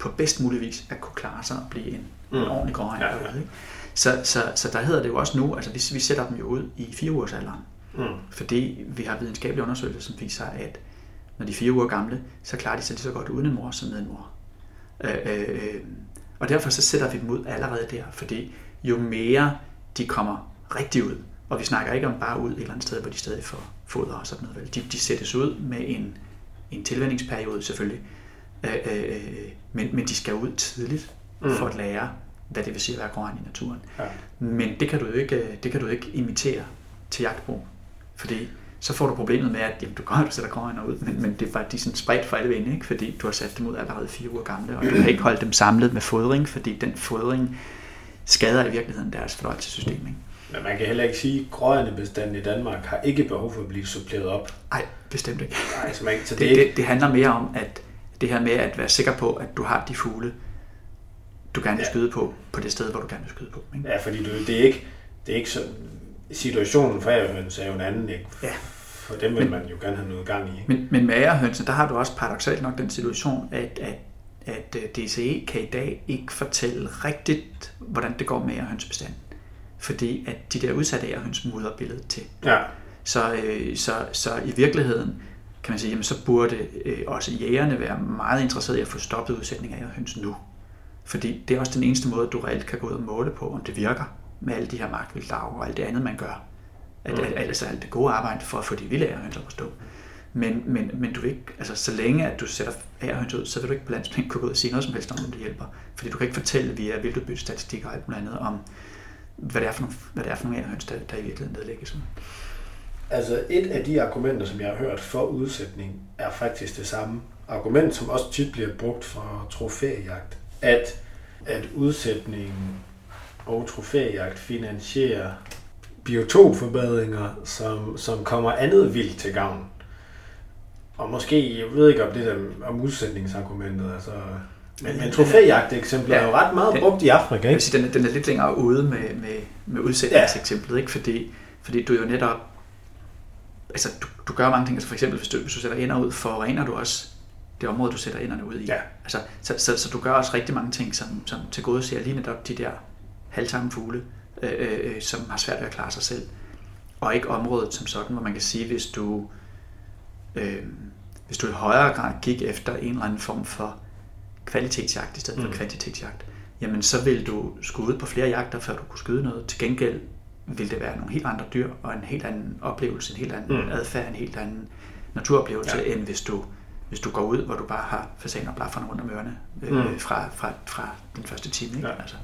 på bedst mulig vis at kunne klare sig og blive en, mm. en ordentlig gråregn ja, ja. derude. Ikke? Så, så, så der hedder det jo også nu, altså vi, vi sætter dem jo ud i fire ugers alderen. Mm. Fordi vi har videnskabelige undersøgelser, som viser, at når de er fire uger gamle, så klarer de sig lige så godt uden en mor som med en mor. Øh, øh, og derfor så sætter vi dem ud allerede der, fordi jo mere de kommer rigtig ud, og vi snakker ikke om bare ud et eller andet sted, hvor de stadig får foder og sådan noget. Vel. De, de sættes ud med en, en tilvændingsperiode selvfølgelig, øh, øh, men, men de skal ud tidligt mm. for at lære, hvad det vil sige at være gråregn i naturen. Ja. Men det kan du jo ikke, det kan du ikke imitere til jagtbrug, fordi så får du problemet med, at jamen, du godt sætter gråregner ud, men, men det er faktisk sådan spredt for alle vinde, ikke? Fordi du har sat dem ud allerede fire uger gamle, og du kan ikke holde dem samlet med fodring, fordi den fodring skader i virkeligheden deres fordøjelsessystem. Ikke? Men man kan heller ikke sige, at gråregnebestanden i Danmark har ikke behov for at blive suppleret op. Nej, bestemt ikke. Nej, så man, så det, det, ikke... det, det handler mere om, at det her med at være sikker på, at du har de fugle, du gerne vil ja. skyde på, på det sted, hvor du gerne vil skyde på. Ikke? Ja, fordi du, det er ikke, det er ikke sådan, situationen for ærehøns er jo en anden, ikke? Ja. For dem vil men, man jo gerne have noget gang i. Men, men med ærehønsen, der har du også paradoksalt nok den situation, at, at, at D C E kan i dag ikke fortælle rigtigt, hvordan det går med ærehønsbestanden. Fordi at de der udsatte ærehøns mudrer billedet til. Ja. Så, øh, så, så i virkeligheden kan man sige, jamen, så burde øh, også jægerne være meget interesserede i at få stoppet udsætning af ærehøns nu. Fordi det er også den eneste måde, du reelt kan gå ud og måle på, om det virker med alle de her markvildtarver og alt det andet, man gør. At, mm. altså alt det gode arbejde for at få de vilde ærehøns op at stå. Men, men, men du vil ikke, altså så længe at du sætter ærehøns ud, så vil du ikke på landsplan kunne gå ud og sige noget som helst om, om det hjælper. Fordi du kan ikke fortælle via vildtudbyttestatistikker og alt muligt andet om, hvad det er for nogle, hvad det er for nogle ærehøns, der, der i virkeligheden nedlægges. Altså et af de argumenter, som jeg har hørt for udsætning, er faktisk det samme argument, som også tit bliver brugt for trofæjagt. At, at udsætning og trofæjagt finansierer biotopforbedringer, som, som kommer andet vildt til gavn. Og måske, jeg ved ikke om det der om udsætningsargumentet, altså, men, men trofæjagt eksempler ja, er jo ret meget den, brugt i Afrika, ikke? Den, er, den er lidt længere ude med, med, med udsætningseksemplet, ikke? Fordi, fordi du jo netop, altså du, du gør mange ting, altså for eksempel hvis du, hvis du sætter ender ud, forurener du også det område, du sætter enderne ud i. Ja. Altså, så, så, så du gør også rigtig mange ting, som, som tilgodeser lige netop de der halvtamme fugle, øh, øh, som har svært ved at klare sig selv. Og ikke området som sådan, hvor man kan sige, hvis du, øh, hvis du i højere grad gik efter en eller anden form for kvalitetsjagt i stedet mm. for kvantitetsjagt, jamen så vil du skulle ud på flere jagter, før du kunne skyde noget. Til gengæld vil det være nogle helt andre dyr, og en helt anden oplevelse, en helt anden mm. adfærd, en helt anden naturoplevelse, ja. end hvis du hvis du går ud, hvor du bare har fasaner og blafferne rundt om ørerne øh, mm. fra, fra, fra den første time. Ikke? Ja. Altså.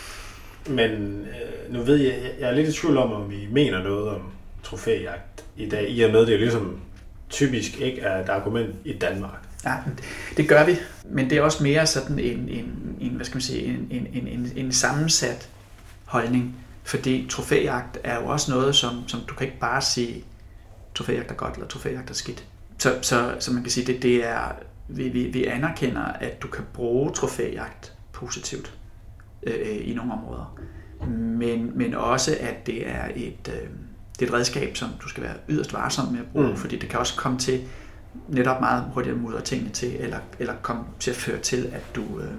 Men øh, nu ved jeg, jeg er lidt i tvivl om, om I mener noget om trofæjagt i dag, i og med det jo ligesom typisk ikke er et argument i Danmark. Ja, det gør vi, men det er også mere sådan en, en, en hvad skal man sige, en, en, en, en sammensat holdning, fordi trofæjagt er jo også noget, som, som du kan ikke bare sige, trofæjagt er godt, eller trofæjagt er skidt. Så, så, så man kan sige, det, det er, vi, vi, vi anerkender, at du kan bruge trofæjagt positivt øh, i nogle områder, men, men også, at det er et, øh, det er et redskab, som du skal være yderst varsom med at bruge, mm. fordi det kan også komme til netop meget hurtigt at mudre tingene til, eller, eller komme til at føre til, at du, øh,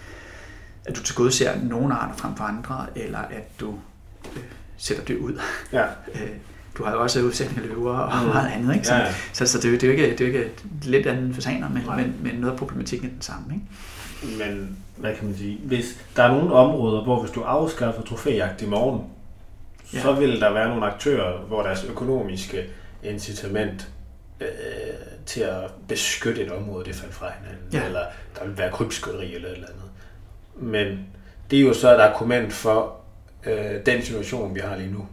at du tilgodeser nogle arter frem for andre, eller at du øh, sætter dyr ud. Ja. Du har jo også udsætning af løver og mm. meget andet, ikke? Så, ja, ja. så, så det, er jo, det, er jo ikke, det er jo ikke lidt anden fasaner, men, men, men noget af problematikken er den samme, ikke? Men hvad kan man sige? Hvis der er nogle områder, hvor hvis du afskaffer trofæjagt i morgen, ja. så vil der være nogle aktører, hvor deres økonomiske incitament øh, til at beskytte et område, det falder fra hinanden, ja. eller der vil være krybskytteri eller et eller andet. Men det er jo så et argument for øh, den situation, vi har lige nu.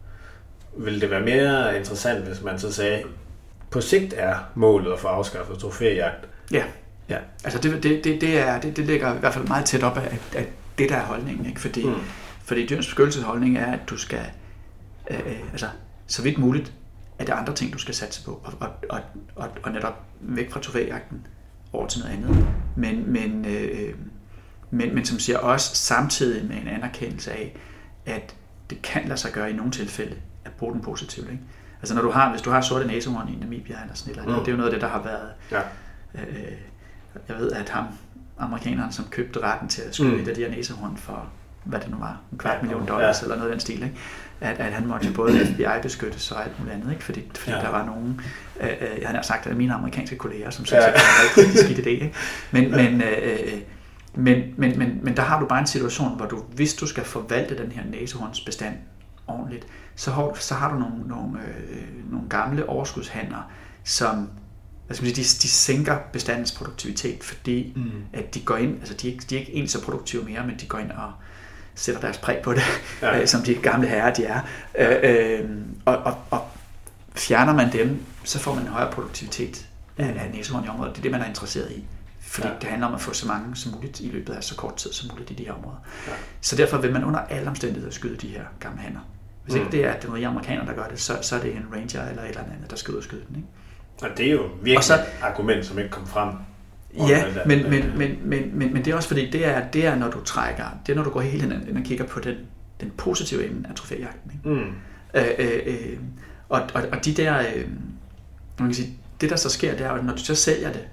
Vil det være mere interessant, hvis man så sagde, på sigt er målet at få afskaffet trofæjagt? Ja, ja. Altså det, det, det, det, er, det, det ligger i hvert fald meget tæt op af, af det, der er holdningen. Ikke? Fordi, mm. fordi dyrens beskyttelsesholdning er, at du skal, øh, altså så vidt muligt, er det andre ting, du skal satse på, og, og, og, og, og netop væk fra trofæjagten over til noget andet. Men, men, øh, men, men som siger også samtidig med en anerkendelse af, at det kan lade sig gøre i nogle tilfælde, at bruge den positivt, ikke? Altså når du har, hvis du har sorte næsehorn i Namibia eller sådan et eller andet, mm. det er jo noget af det, der har været, ja. øh, jeg ved, at ham, amerikaneren, som købte retten til at skyde Mm. et af de her næsehorn for, hvad det nu var, en kvart Ja, million ja. dollars eller noget af den stil, ikke? At, at han måtte både F B I beskyttes og alt muligt andet, ikke? Fordi, fordi Ja. der var nogen, øh, øh, jeg har sagt, at mine amerikanske kolleger, som synes, Ja. at det var en rigtig skidt idé, ikke? Men, men, øh, men, men, men, men der har du bare en situation, hvor du, hvis du skal forvalte den her næsehornsbestand ordentligt, så har, så har du nogle, nogle, øh, nogle gamle overskudshandler, som hvad skal man sige, de, de sænker bestandens produktivitet, fordi Mm. at de går ind, altså de er, ikke, de er ikke ens så produktive mere, men de går ind og sætter deres præg på det, Ja. øh, som de gamle herrer, de er. Øh, øh, og, og, og fjerner man dem, så får man en højere produktivitet af, af næsehorn i området. Det er det, man er interesseret i. Fordi Ja. det handler om at få så mange som muligt i løbet af så kort tid som muligt i de her områder. Ja. Så derfor vil man under alle omstændigheder skyde de her gamle hanner. Hvis Mm. ikke det er den rige amerikaner, der gør det, så, så er det en ranger eller et eller andet, der skal ud og skyde den. Ikke? Og det er jo virkelig Og så- et argument, som ikke kom frem. Ja, Under den- men, den- men, men, men, men, men det er også fordi, det er, det er når du trækker, det er når du går helt ind og kigger på den, den positive ende af trofæjagten. Ikke? Mm. Øh, øh, øh, og, og, og de der, øh, man kan sige, det der så sker, det er, at når du så sælger det,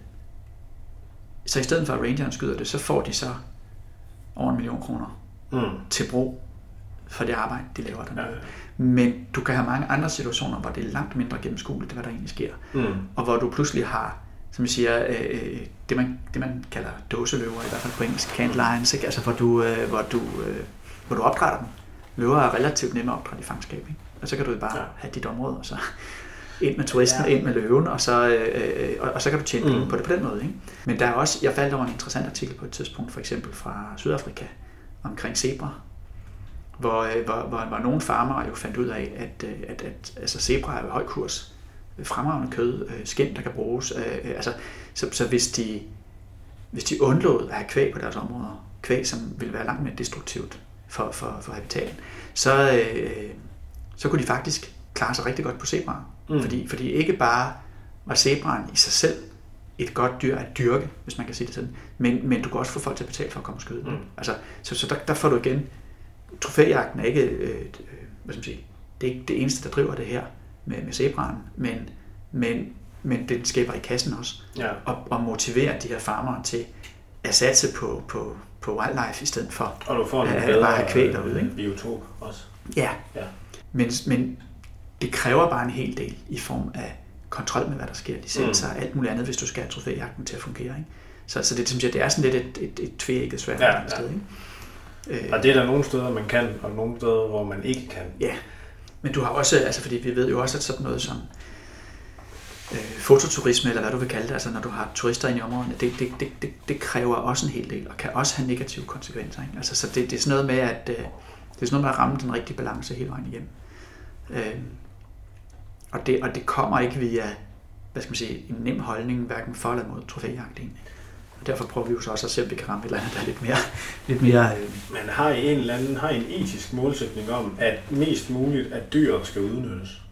så i stedet for at rangeren skyder det, så får de så over en million kroner Mm. til brug for det arbejde, de laver dernede. Ja. Men du kan have mange andre situationer, hvor det er langt mindre gennemskueligt, hvad der egentlig sker. Mm. Og hvor du pludselig har, som jeg siger, øh, det, man, det man kalder dåseløver, i hvert fald på engelsk, canned lions, ikke? Altså hvor du, øh, hvor, du, øh, hvor du opdrætter dem. Løver er relativt nemme at opdrætte i fangenskab, ikke? Og så kan du bare Ja. ja. have dit område, og så ind med turisten, Ja. ja. ind med løven, og så, øh, og, og så kan du tjene penge Mm. på det på den måde. Ikke? Men der er også, jeg faldt over en interessant artikel på et tidspunkt, for eksempel fra Sydafrika, omkring zebra, hvor, øh, hvor, hvor, hvor nogle farmere jo fandt ud af, at, øh, at, at altså zebra er ved høj kurs, fremragende kød, øh, skind, der kan bruges. Øh, øh, altså, så, så hvis de, hvis de undlod at have kvæg på deres områder, kvæg, som ville være langt mere destruktivt for, for, for habitaten, så, øh, så kunne de faktisk klare sig rigtig godt på zebraer. Mm. Fordi, fordi ikke bare var zebraen i sig selv et godt dyr at dyrke, hvis man kan sige det sådan, men, men du kan også få folk til at betale for at komme og skyde. Mm. Altså, så så der, der får du igen, trofæjagten er ikke, øh, øh, hvad skal man sige, det er ikke det eneste, der driver det her med, med zebraen, men, men, men det skaber i kassen også, Ja. og, og motiverer de her farmere til at satse på, på, på wildlife i stedet for. Og du får en Ja, bedre bare have kvæg derude, ikke? øh, biotop også. Ja, Ja. men, men det kræver bare en hel del i form af kontrol med, hvad der sker, licenser og Mm. alt muligt andet, hvis du skal have trofæjagten til at fungere. Ikke? Så, så det, som siger, det er sådan lidt et, et, et tvækket svært Ja, ja, sted. ja. Ikke? Øh, Og det er der nogle steder, man kan, og nogle steder, hvor man ikke kan. Ja, men du har også, altså fordi vi ved jo også, at sådan noget som øh, fototurisme, eller hvad du vil kalde det, altså når du har turister ind i områderne, det, det, det, det, det kræver også en hel del, og kan også have negative konsekvenser. Ikke? Altså, så det, det er sådan noget med, at øh, det er sådan noget med at ramme den rigtige balance hele vejen igennem. Øh, og, det, og det kommer ikke via, hvad skal man sige, en nem holdning, hverken for eller mod trofæjagt egentlig. Og derfor prøver vi jo så også at se, om vi kan ramme et eller andet, der er lidt mere, lidt mere øh, Man har I en eller anden, har I en etisk målsætning om, at mest muligt af dyret skal udnyttes?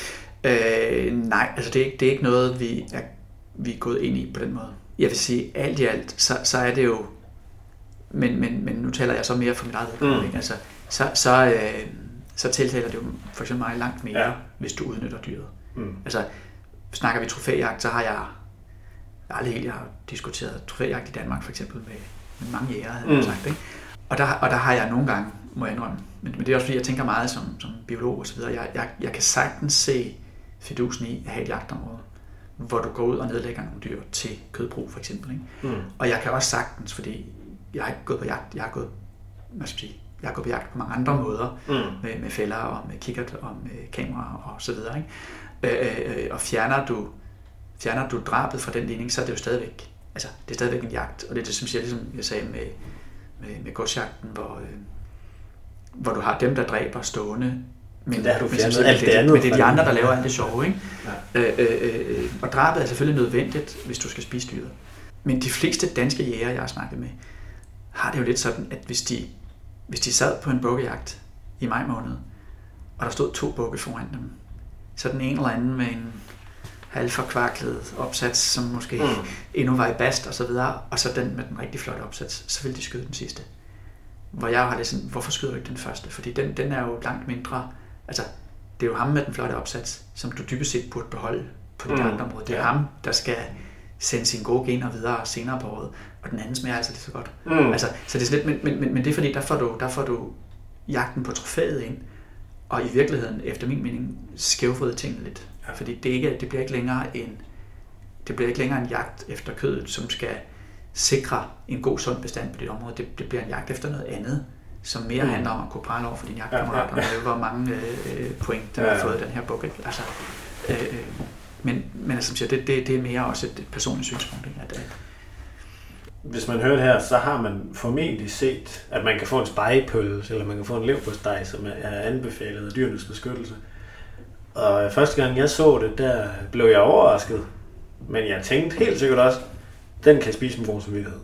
Øh, nej, altså det er, ikke, det er ikke noget, vi er, vi er gået ind i på den måde. Jeg vil sige, alt i alt, så, så er det jo, men, men, men nu taler jeg så mere for mit eget vedkommende, Mm. ikke? Altså, så, så, øh, så tiltaler det jo for eksempel mig langt mere, Ja. ja. hvis du udnytter dyret. Mm. Altså, snakker vi trofæjagt, så har jeg, jeg har aldrig helt, jeg har diskuteret trofæjagt i Danmark for eksempel med, med mange jæger, havde jeg Mm. sagt, ikke? Og der, og der har jeg nogle gange, må jeg indrømme, men, men det er også fordi, jeg tænker meget som, som biolog og så videre. Jeg, jeg, jeg kan sagtens se fidusen i at have et jagtområde, hvor du går ud og nedlægger nogle dyr til kødbrug for eksempel. Ikke? Mm. Og jeg kan også sagtens, fordi jeg har ikke gået på jagt, jeg har gået, hvad skal jeg sige, jeg har gået på jagt på mange andre måder, Mm. med, med fælder og med kikkert og med kamera og så videre. Ikke? Øh, øh, og fjerner du, fjerner du drabet fra den ligning, så er det jo stadigvæk, altså det er stadigvæk en jagt, og det er det, som siger, ligesom jeg sagde med, med, med godsjagten, hvor, øh, hvor du har dem, der dræber stående, men, Der har du men, fjernet som siger, alt det det, andet men det er de fra andre, der den. laver alt det sjove. Ikke? Ja. Øh, øh, øh, og drabet er selvfølgelig nødvendigt, hvis du skal spise dyret. Men de fleste danske jæger, jeg har snakket med, har det jo lidt sådan, at hvis de, hvis de sad på en bukkejagt i maj måned, og der stod to bukke foran dem, så den ene eller anden med en halvforkvaklet opsats, som måske Mm. endnu var i bast og så videre, og så den med den rigtig flotte opsats, så ville de skyde den sidste. Hvor jeg har det sådan, hvorfor skyder du ikke den første? Fordi den, den er jo langt mindre, altså det er jo ham med den flotte opsats, som du dybest set burde beholde på dit Mm. mm. andre område. Det er Ja. ham, der skal sende sine gode gener videre senere på året, og den anden smager altså lige så godt. Mm. Altså, så det er sådan lidt, men, men, men det er fordi, der får, du, der får du jagten på trofæet ind, og i virkeligheden, efter min mening, skævvrider tingene lidt. Ja. Fordi det, ikke, det bliver ikke længere en det bliver ikke længere en jagt efter kødet, som skal sikre en god, sund bestand på dit område. Det, det bliver en jagt efter noget andet, som mere mm. handler om at kunne prale over for dine jagtkammerater, ja, ja, ja. Hvor mange øh, point, der ja, ja. har fået den her buk. Altså, øh, men, men altså, som siger, det, det, det er mere også et, et personligt synspunkt. Ikke? At, at hvis man hører det her, så har man formentlig set, at man kan få en spegepølse, eller man kan få en leverpostej, som er anbefalet af Dyrenes Beskyttelse. Og første gang jeg så det, der blev jeg overrasket. Men jeg tænkte helt sikkert også, den kan spise med god samvittighed.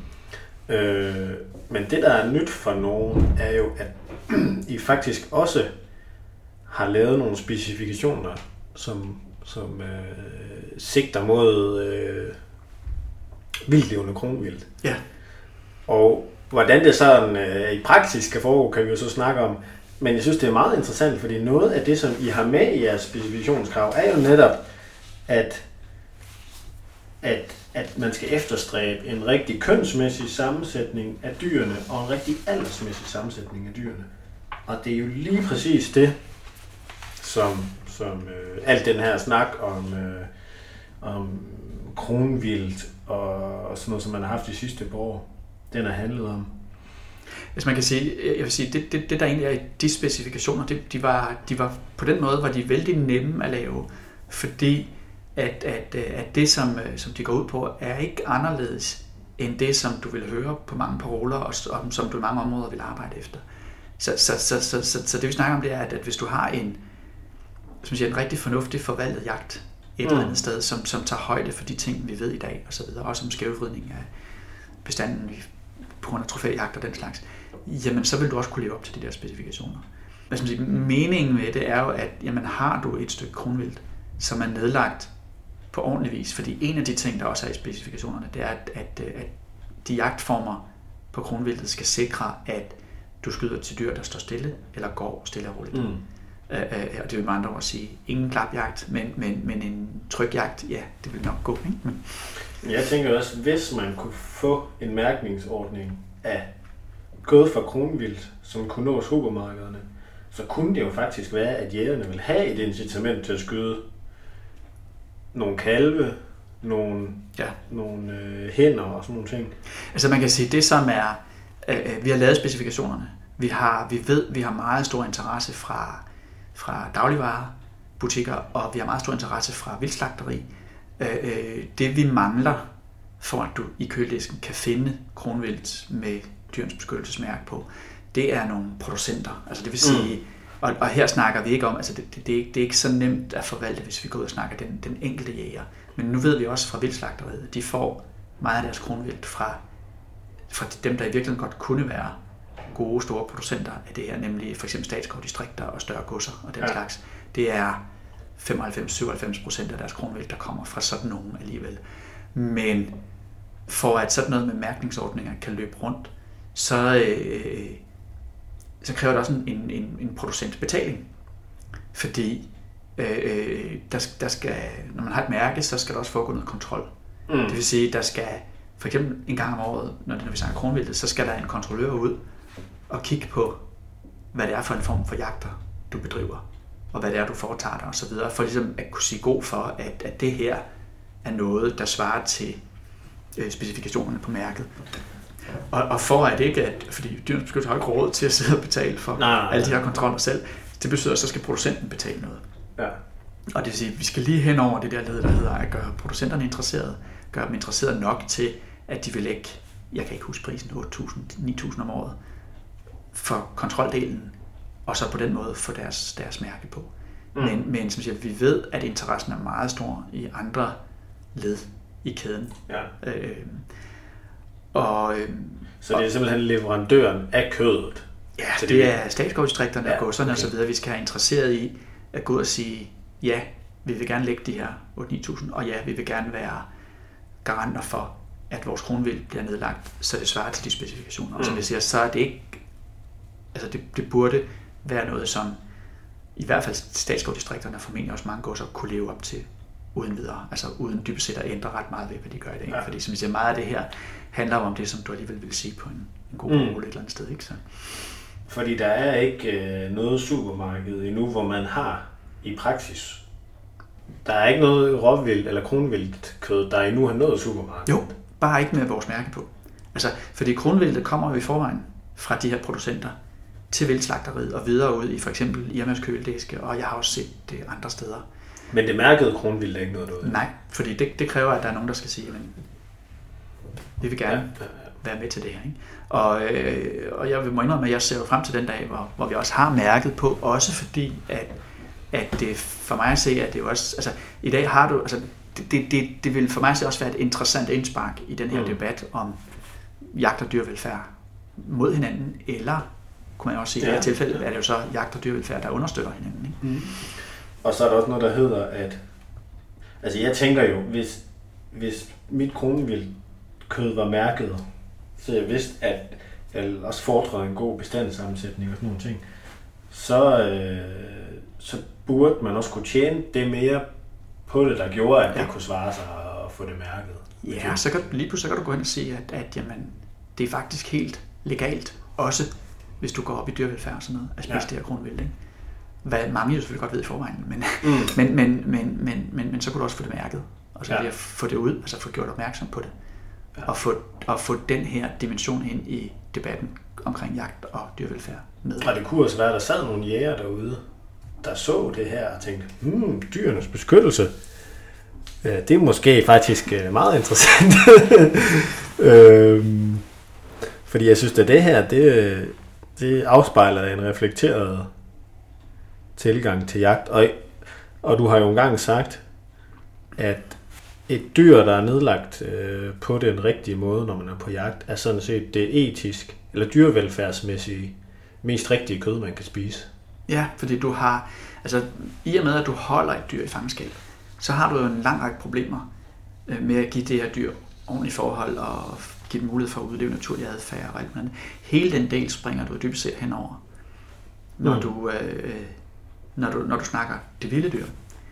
Øh, men det, der er nyt for nogen, er jo, at I faktisk også har lavet nogle specifikationer, som, som øh, sigter mod øh, vildlevende kronvildt. Ja. Og hvordan det sådan øh, i praksis skal foregå, kan vi jo så snakke om. Men jeg synes, det er meget interessant, fordi noget af det, som I har med i jeres specifikationskrav, er jo netop, at At, at man skal efterstræbe en rigtig kønsmæssig sammensætning af dyrene, og en rigtig aldersmæssig sammensætning af dyrene. Og det er jo lige præcis det, som, som øh, alt den her snak om, øh, om kronvildt og, og sådan noget, som man har haft de sidste par år, den har handlet om. Hvis man kan sige, jeg vil sige, det, det, det der egentlig er i de specifikationer, det, de, var, de var på den måde, var de vældig nemme at lave, fordi At, at, at det, som, som de går ud på, er ikke anderledes end det, som du vil høre på mange paroler, og, og som du i mange områder vil arbejde efter. Så, så, så, så, så, så det vi snakker om, det er, at, at hvis du har en, som siger, en rigtig fornuftig forvaltet jagt et mm. eller andet sted, som, som tager højde for de ting, vi ved i dag, og så videre, også om skævvridning af bestanden på grund af trofæjagt og den slags, jamen så vil du også kunne leve op til de der specifikationer. Hvad skal man sige, meningen med det er jo, at jamen, har du et stykke kronvildt, som er nedlagt på ordentlig vis, fordi en af de ting, der også er i specifikationerne, det er, at, at, at de jagtformer på kronvildtet skal sikre, at du skyder til dyr, der står stille, eller går stille og roligt. Mm. Øh, øh, og det vil med andre ord sige, ingen klapjagt, men, men, men en trygjagt, ja, det vil nok gå. Ikke? Men jeg tænker også, hvis man kunne få en mærkningsordning af kød fra kronvildt, som kunne nå supermarkederne, så kunne det jo faktisk være, at jægerne vil have et incitament til at skyde nogle kalve, nogle, ja. nogle øh, hænder og sådan nogle ting. Altså man kan sige, det som er, øh, vi har lavet specifikationerne. Vi har, vi ved, vi har meget stor interesse fra, fra dagligvarebutikker, og vi har meget stor interesse fra vildslagteri. Øh, det vi mangler, for at du i køledisken kan finde kronvildt med Dyrenes Beskyttelsesmærke på, det er nogle producenter. Altså det vil sige, mm. Og, og her snakker vi ikke om, altså det, det, det, er ikke, det er ikke så nemt at forvalte, hvis vi går ud og snakker den, den enkelte jæger. Men nu ved vi også fra vildslagteriet, de får meget af deres kronvildt fra, fra dem, der i virkeligheden godt kunne være gode, store producenter af det her, nemlig for eksempel statsskovdistrikter og større godser og den ja. slags. Det er femoghalvfems til syvoghalvfems procent af deres kronvildt, der kommer fra sådan nogen alligevel. Men for at sådan noget med mærkningsordninger kan løbe rundt, så... Øh, så kræver det også en, en, en producentbetaling. Fordi øh, der, der skal, når man har et mærke, så skal der også foregå noget kontrol. Mm. Det vil sige, der skal for eksempel en gang om året, når, når vi snakker kronvildtet, så skal der en kontrollør ud og kigge på, hvad det er for en form for jagter, du bedriver, og hvad det er, du foretager dig osv., for ligesom at kunne sige god for, at, at det her er noget, der svarer til øh, specifikationerne på mærket. Og, og for at ikke, at, fordi Dyrenes Beskyttelse har ikke råd til at sidde og betale for nej, nej, alle de her kontroller selv, det betyder, at så skal producenten betale noget. Ja. Og det vil sige, at vi skal lige hen over det der led, der hedder at gøre producenterne interesserede, gøre dem interesserede nok til, at de vil lægge, jeg kan ikke huske prisen, otte tusind, ni tusind om året, for kontroldelen, og så på den måde få deres, deres mærke på. Mm. Men, men som siger, vi ved, at interessen er meget stor i andre led i kæden. Ja. Øh, Og, så det er simpelthen leverandøren af kødet? Ja, det, det er statsskovdistrikterne og godserne og så videre, vi skal have interesseret i at gå ud og sige, ja, vi vil gerne lægge de her otte til ni tusind, og ja, vi vil gerne være garanter for, at vores kronvildt bliver nedlagt, så det svarer til de specifikationer. Mm. Og som jeg siger, så er det ikke, altså det, det burde være noget, som i hvert fald statsskovdistrikterne og formentlig også mange godser kunne leve op til uden videre, altså uden dybest set at ændre ret meget ved, hvad de gør i dag. Ja. Fordi som vi siger, meget af det her handler om det, som du alligevel vil sige på en, en god Mm. måde et eller andet sted. Ikke? Så. Fordi der er ikke øh, noget supermarked endnu, hvor man har i praksis. Der er ikke noget råvildt eller kronvildt kød, der endnu har nået supermarkedet. Jo, bare ikke med vores mærke på. Altså, fordi kronvildtet kommer jo i forvejen fra de her producenter til vildslagteriet og videre ud i for eksempel Irmas køledæske, og jeg har også set det andre steder. Men det mærkede kronvildt er ikke noget noget. Nej, fordi det, det kræver, at der er nogen, der skal sige, at vi vil gerne Ja, ja, ja. være med til det her. Ikke? Og, øh, og jeg vil må indrømme, at jeg ser frem til den dag, hvor, hvor vi også har mærket på, også fordi, at, at det for mig at se, at det jo også, altså i dag har du, altså det, det, det, det vil for mig at se også være et interessant indspark i den her Mm. debat om jagt og dyrevelfærd mod hinanden, eller kunne man også sige, at i Ja. det her tilfælde er det jo så jagt og dyrevelfærd, der understøtter hinanden. Ikke? Mm. Og så er der også noget, der hedder, at altså jeg tænker jo, hvis, hvis mit kronvildt kød var mærket, så jeg vidste, at jeg også foretræder en god bestandssammensætning og sådan nogle ting, så, øh, så burde man også kunne tjene det mere på det, der gjorde, at Ja. det kunne svare sig at få det mærket. Ja, så kan, lige pludselig så kan du gå hen og sige, at, at jamen, det er faktisk helt legalt, også hvis du går op i dyrevelfærd og sådan noget, at spise Ja. det her kronvildt. Ikke? Hvad mange jo selvfølgelig godt ved i forvejen, men, Mm. men, men, men, men, men, men så kunne du også få det mærket, og så Ja. ja. få det ud, altså få gjort opmærksom på det, Ja. og, få, og få den her dimension ind i debatten omkring jagt og dyrevelfærd med. Og det kunne også være, at der sad nogle jæger derude, der så det her og tænkte, hmm, dyrenes beskyttelse. Ja, det er måske faktisk øh, meget interessant. øhm, fordi jeg synes, at det her, det, det afspejler en reflekteret tilgang til jagt. Og, og du har jo engang sagt, at et dyr, der er nedlagt øh, på den rigtige måde, når man er på jagt, er sådan set det etisk eller dyrevelfærdsmæssige mest rigtige kød, man kan spise. Ja, fordi du har, altså i og med, at du holder et dyr i fangenskab, så har du jo en lang række problemer øh, med at give det her dyr ordentlige forhold og give dem mulighed for at udleve naturlig adfærd og alt andet. Hele den del springer du dybest set henover, når, Mm. du, øh, når, du, når du snakker det vilde dyr.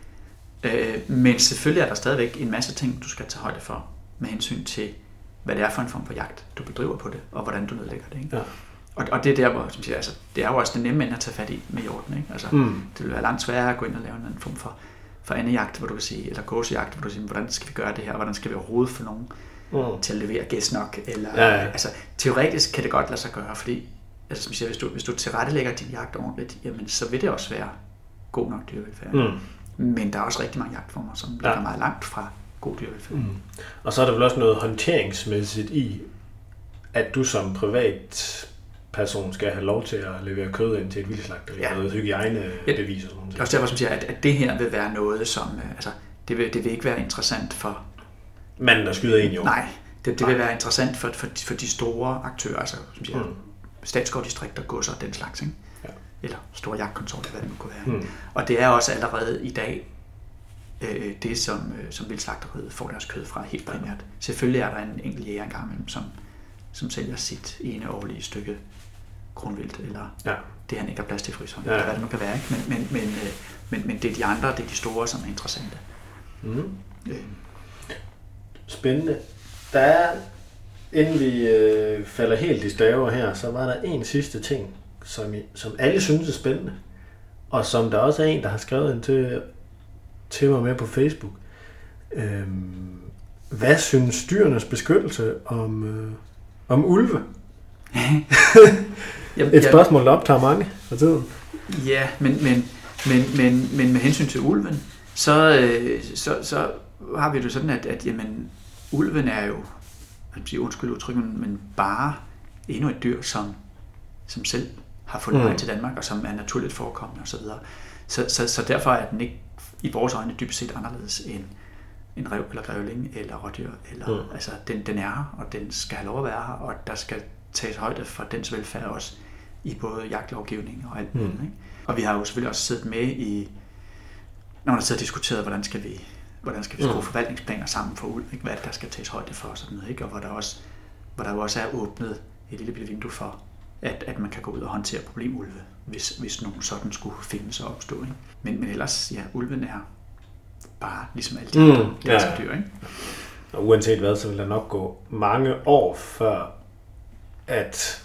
Øh, men selvfølgelig er der stadigvæk en masse ting, du skal tage højde for med hensyn til, hvad det er for en form for jagt, du bedriver på det, og hvordan du nedlægger det. Ikke? Ja. Og, og det er der, hvor som siger, altså, det er jo også det nemme ende at tage fat i med hjorten. Ikke? Altså, Mm. det vil være langt sværere at gå ind og lave en form for, for anden jagt, hvor du kan sige, eller gåsejagt, hvor du kan sige, hvordan skal vi gøre det her, hvordan skal vi overhovedet få nogen Mm. til at levere gæst nok, eller, Ja, ja. altså, teoretisk kan det godt lade sig gøre, fordi altså, som jeg siger, hvis, du, hvis du tilrettelægger din jagt ordentligt, jamen, så vil det også være god nok dyrevelfærd. Mm. Men der er også rigtig mange jagtformer, som ligger Ja. meget langt fra god dyrevelfærd. Mm. Og så er der vel også noget håndteringsmæssigt i, at du som privat person skal have lov til at levere kød ind til et vildslagteri, Ja. ja. noget hygiejnebevis og sådan Det er noget. også derfor, som siger, at, at det her vil være noget, som øh, altså, det vil, det vil ikke være interessant for Manden, der skyder en jo. Nej, det, det vil Nej. være interessant for, for, for de store aktører, altså som siger, Mm. mm. statsskovdistrikter, godser og den slags, ikke? Ja. Eller store jagtkonsorter, hvad det nu kunne være. Mm. Og det er også allerede i dag øh, det, som, øh, som vildslagteriet får deres kød fra helt primært. Selvfølgelig er der en enkelt jæger engang imellem, som, som sælger sit ene årlige stykke kronvildt, eller Ja. det han ikke har plads til i fryseren, Ja. eller hvad det nu kan være. Ikke? Men, men, men, øh, men, men det er de andre, det er de store, som er interessante. Mm. Øh, Spændende. Der er, inden vi øh, falder helt i staver her, så var der en sidste ting, som, I, som alle synes er spændende, og som der også er en, der har skrevet ind til, til mig med på Facebook. Øhm, hvad synes dyrenes beskyttelse om, øh, om ulve? jamen, Et spørgsmål, der optager mange for tiden. Ja, men, men, men, men, men med hensyn til ulven, så, øh, så, så har vi det sådan, at, at jamen, ulven er jo, jeg vil sige, undskyld udtrykket, men bare endnu et dyr, som, som selv har fundet Mm. vej til Danmark, og som er naturligt forekommende osv. Så, så, så derfor er den ikke i vores øjne dybest set anderledes end en rev eller grævling eller rådyr. Eller, Mm. altså, den, den er her, og den skal have lov at være her, og der skal tages højde for dens velfærd også i både jagtlovgivning og alt muligt. Mm. Ikke? Og vi har jo selvfølgelig også siddet med i, når man har siddet og diskuteret, hvordan skal vi, hvordan skal vi skrue Mm. forvaltningsplaner sammen for ulv, ikke? Hvad er det, der skal tages højde for og sådan noget, ikke? Og hvor der også, hvor der jo også er åbnet et lille bitte vindue for, at, at man kan gå ud og håndtere problemulve, hvis, hvis nogen sådan skulle findes og opstå. Ikke? Men, men ellers, ja, ulven er bare ligesom alle de andre mm, ja. dyr, ikke? Og uanset hvad, så vil der nok gå mange år før, at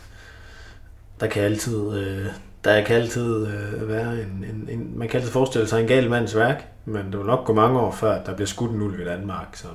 der kan altid, øh, der kan altid øh, være en, en, en, man kan altid forestille sig en gal mands værk, men det vil nok gå mange år før, at der bliver skudt en ulv i Danmark, sådan,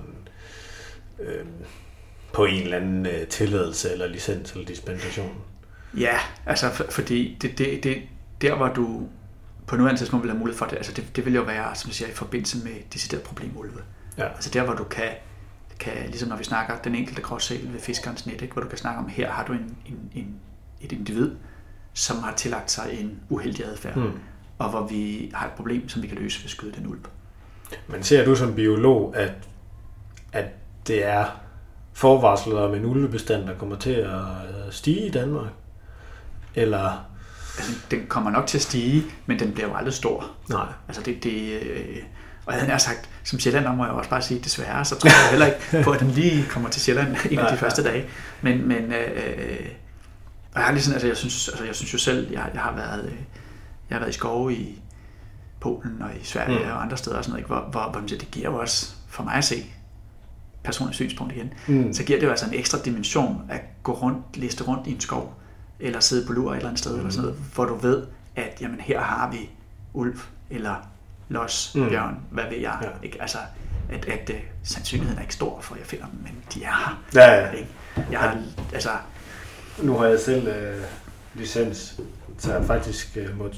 øh, på en eller anden øh, tilladelse eller licens eller dispensation. Ja, altså for, fordi det, det, det, der hvor du på nuværende tidspunkt vil have mulighed for det, altså det, det vil jo være, som jeg siger, i forbindelse med decideret problemulve. Ja. Altså der hvor du kan, kan, ligesom når vi snakker den enkelte gråsæl ved fiskerens net, ikke? Hvor du kan snakke om, her har du en, en, en, et individ, som har tillagt sig en uheldig adfærd, mm. og hvor vi har et problem, som vi kan løse ved at skyde den ulv. Men ser du som biolog, at, at det er forvarslet om en ulvebestand, der kommer til at stige i Danmark? Eller... Altså, den kommer nok til at stige, men den bliver jo aldrig stor. Nej. Altså det, det øh, og jeg havde sagt, som Sjælland, må jeg også bare sige, desværre, så tror jeg heller ikke på, at den lige kommer til Sjælland en af de første dage. Men, men øh, og jeg har lige sådan, altså jeg synes, altså jeg synes jo selv, jeg, jeg har været, øh, jeg har været i skove i Polen og i Sverige mm. og andre steder og sådan noget, ikke? Hvor, hvor, hvor man siger, det giver jo også, for mig at se, personligt synspunkt igen, mm. så giver det jo altså en ekstra dimension at gå rundt, liste rundt i en skov, eller sidde på lur et eller andet sted, mm. eller sådan noget, hvor du ved, at jamen, her har vi ulv, eller los, mm. bjørn, hvad ved jeg. Ja. Ikke? Altså, at, at uh, sandsynligheden er ikke stor for, at jeg finder dem, men de er her. Ja, ja. Ikke? Jeg har, altså... Nu har jeg selv øh, licens, så jeg faktisk øh, måtte...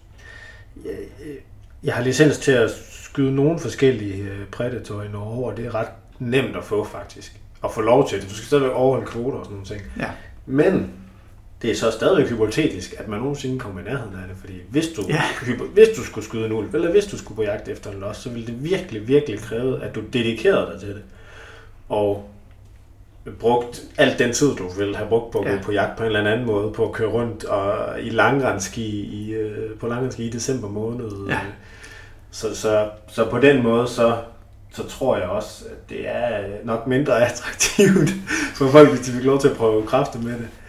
Jeg, jeg har licens til at skyde nogle forskellige øh, prædatorer i Norge, og det er ret nemt at få faktisk. At få lov til det. Du skal stadigvæk overholde kvoter og sådan nogle ting. Ja. Men det er så stadigvæk hypotetisk, at man nogensinde kommer i nærheden af det, fordi hvis du, ja. hypo, hvis du skulle skyde en ulv, eller hvis du skulle på jagt efter en los, så ville det virkelig, virkelig kræve, at du dedikerede dig til det. Og brugt alt den tid, du ville have brugt på at ja. gå på jagt på en eller anden måde, på at køre rundt og i langrendski i, på langrendski i december måned. Ja. Så, så, så på den måde, så, så tror jeg også, at det er nok mindre attraktivt for folk, hvis de fik lov til at prøve kræfter med det.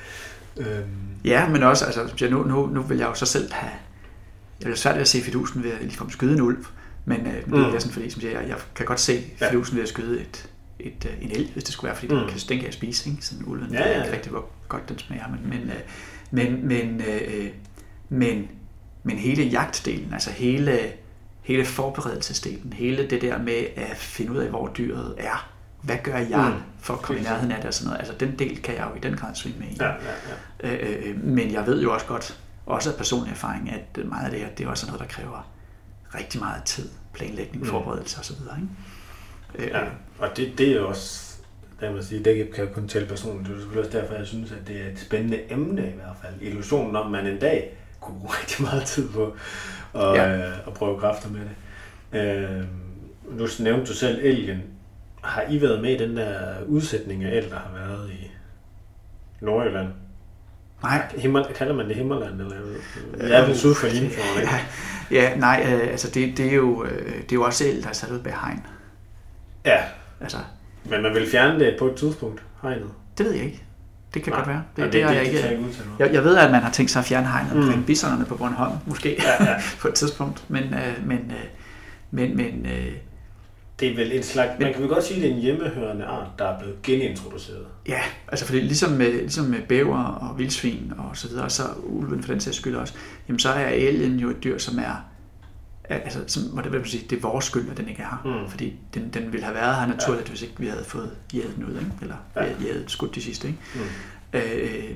Ja, men også, altså, nu, nu, nu vil jeg jo så selv have, jeg er svært ved at se fidusen ved at ligefrem skyde en ulv, men øh, mm. det er sådan, fordi som jeg, jeg kan godt se fidusen ved at skyde et, et, øh, en elg, hvis det skulle være, fordi mm. den, kan, den kan jeg spise, ikke? Sådan ulven, ja, ja. Det er ikke rigtig, hvor godt den smager, men, men, øh, men, men, øh, men, men hele jagtdelen, altså hele, hele forberedelsesdelen, hele det der med at finde ud af, hvor dyret er, hvad gør jeg mm. for at komme i nærheden af det og sådan noget. Altså den del kan jeg jo i den grad svinge med i. Ja, ja, ja. Øh, men jeg ved jo også godt, også af personlig erfaring, at meget af det her, det er også noget, der kræver rigtig meget tid, planlægning, mm. forberedelse og så videre. Ikke? Ja, og det, det er jo også, der må sige, det kan jeg kun tælle personligt. Det er selvfølgelig også derfor, jeg synes, at det er et spændende emne i hvert fald. Illusionen om, man en dag kunne bruge rigtig meget tid på at, ja. øh, at prøve kræfter med det. Øh, nu nævnte du selv elgen. Har I været med i den der udsætning af el, der har været i Nordjylland? Nej. Himmel, kalder man det Himmerland? Eller? Jeg er vel syd for Limfjorden, ikke? Ja, ja, nej, øh, altså det, det, er jo, øh, det er jo også el, der er sat ud bag hegn. Ja, altså, men man vil fjerne det på et tidspunkt, hegnet? Det ved jeg ikke. Det kan nej. godt være. Det, nej, det, det, det, det, det, jeg, det ikke, jeg, ikke jeg, jeg ved, at man har tænkt sig at fjerne hegnet mm. omkring bisonerne på Bornholm, måske, ja, ja. på et tidspunkt, men, øh, men, øh, men, men øh, det er vel en slags, man kan vel godt sige, at det er en hjemmehørende art, der er blevet genintroduceret. Ja, altså fordi ligesom med, ligesom med bæver og vildsvin og så videre, så ulven for den sags skyld også, jamen så er elgen jo et dyr, som er, altså som, det vil sige, det er vores skyld, at den ikke er her, mm. fordi den, den ville have været her naturligt, ja. hvis ikke vi havde fået jædet den ud, ikke? Eller ja. jædet skudt de sidste, ikke? Mm. Øh,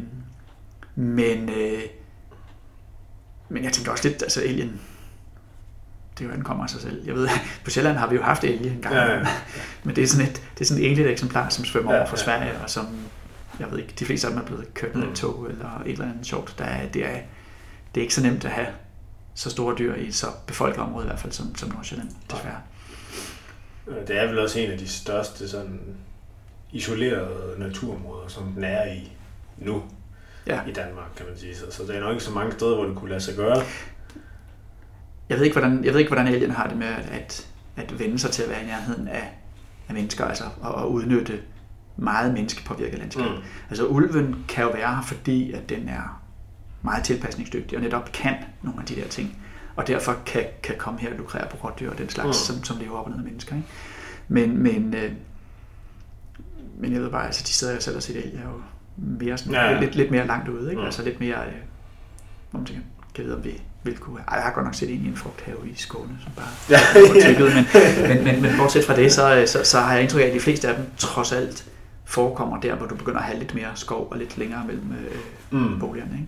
men, øh, men jeg tænker også lidt, altså elgen, det er jo, den kommer af sig selv. Jeg ved, på Sjælland har vi jo haft elge en gang, ja, ja, ja. men det er sådan et, det er sådan et enligt eksemplar, som svømmer ja, over fra Sverige, ja. og som, jeg ved ikke, de fleste af dem er blevet kørt ned i et tog, eller et eller andet sjovt. Der er, det, er, det er ikke så nemt at have så store dyr i et så befolket område, i hvert fald som, som Nordsjælland, desværre. Det er vel også en af de største sådan isolerede naturområder, som den er i nu ja. i Danmark, kan man sige. Så, så der er nok ikke så mange steder, hvor det kunne lade sig gøre. Jeg ved ikke, hvordan, jeg ved ikke, hvordan elgen har det med at, at vende sig til at være i nærheden af, af mennesker, altså og, og udnytte meget menneskepåvirket landskab. Mm. Altså ulven kan jo være her, fordi at den er meget tilpasningsdygtig og netop kan nogle af de der ting. og derfor kan, kan komme her og lukrere på rådyr og den slags, mm. som, som lever op og ned af mennesker. Ikke? Men, men, øh, men jeg ved bare, altså de steder, jeg selv har set elg, er jo mere sådan, ja, ja. Lidt, lidt mere langt ude, ikke? Mm. Altså lidt mere, øh, hvor man tænker, kan jeg vide, om vi vil kunne... Ej, jeg har godt nok set ind i en frugthave i Skåne, som bare ja, ja. Tykket, men, men, men, men bortset fra det, så, så, så har jeg indtryk af, at de fleste af dem trods alt forekommer der, hvor du begynder at have lidt mere skov og lidt længere mellem øh, mm. boligerne. Ikke?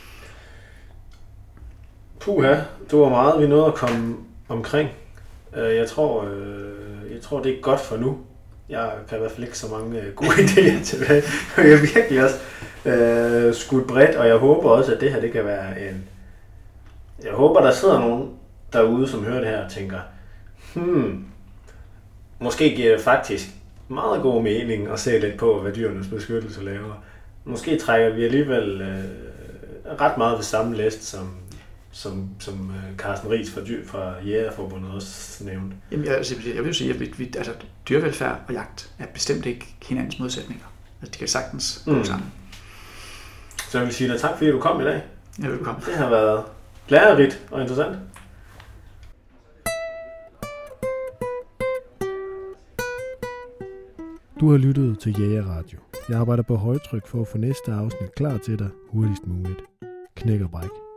Puha, det var meget, vi nåede at komme omkring. Jeg tror, jeg tror det er godt for nu. Jeg kan i hvert fald ikke så mange gode idéer tilbage. Jeg er virkelig også øh, skudt bredt, og jeg håber også, at det her det kan være en... Jeg håber, der sidder nogen derude, som hører det her og tænker, hmm, måske giver det faktisk meget god mening at se lidt på, hvad Dyrenes Beskyttelse laver. Måske trækker vi alligevel øh, ret meget ved samme læst, som, som, som Carsten Riis fra, Dyr, fra Jægerforbundet også nævnte. Jamen, jeg, jeg vil sige, at vi, vi, altså, dyrevelfærd og jagt er bestemt ikke hinandens modsætninger. Altså, de kan sagtens gå mm. sammen. Så jeg vil sige dig tak, fordi du kom i dag. Ja, velkommen. Det har været lærerigt og interessant. Du har lyttet til Jægerradio. Jeg arbejder på højtryk for at få næste afsnit klar til dig hurtigst muligt. Knæk og bræk.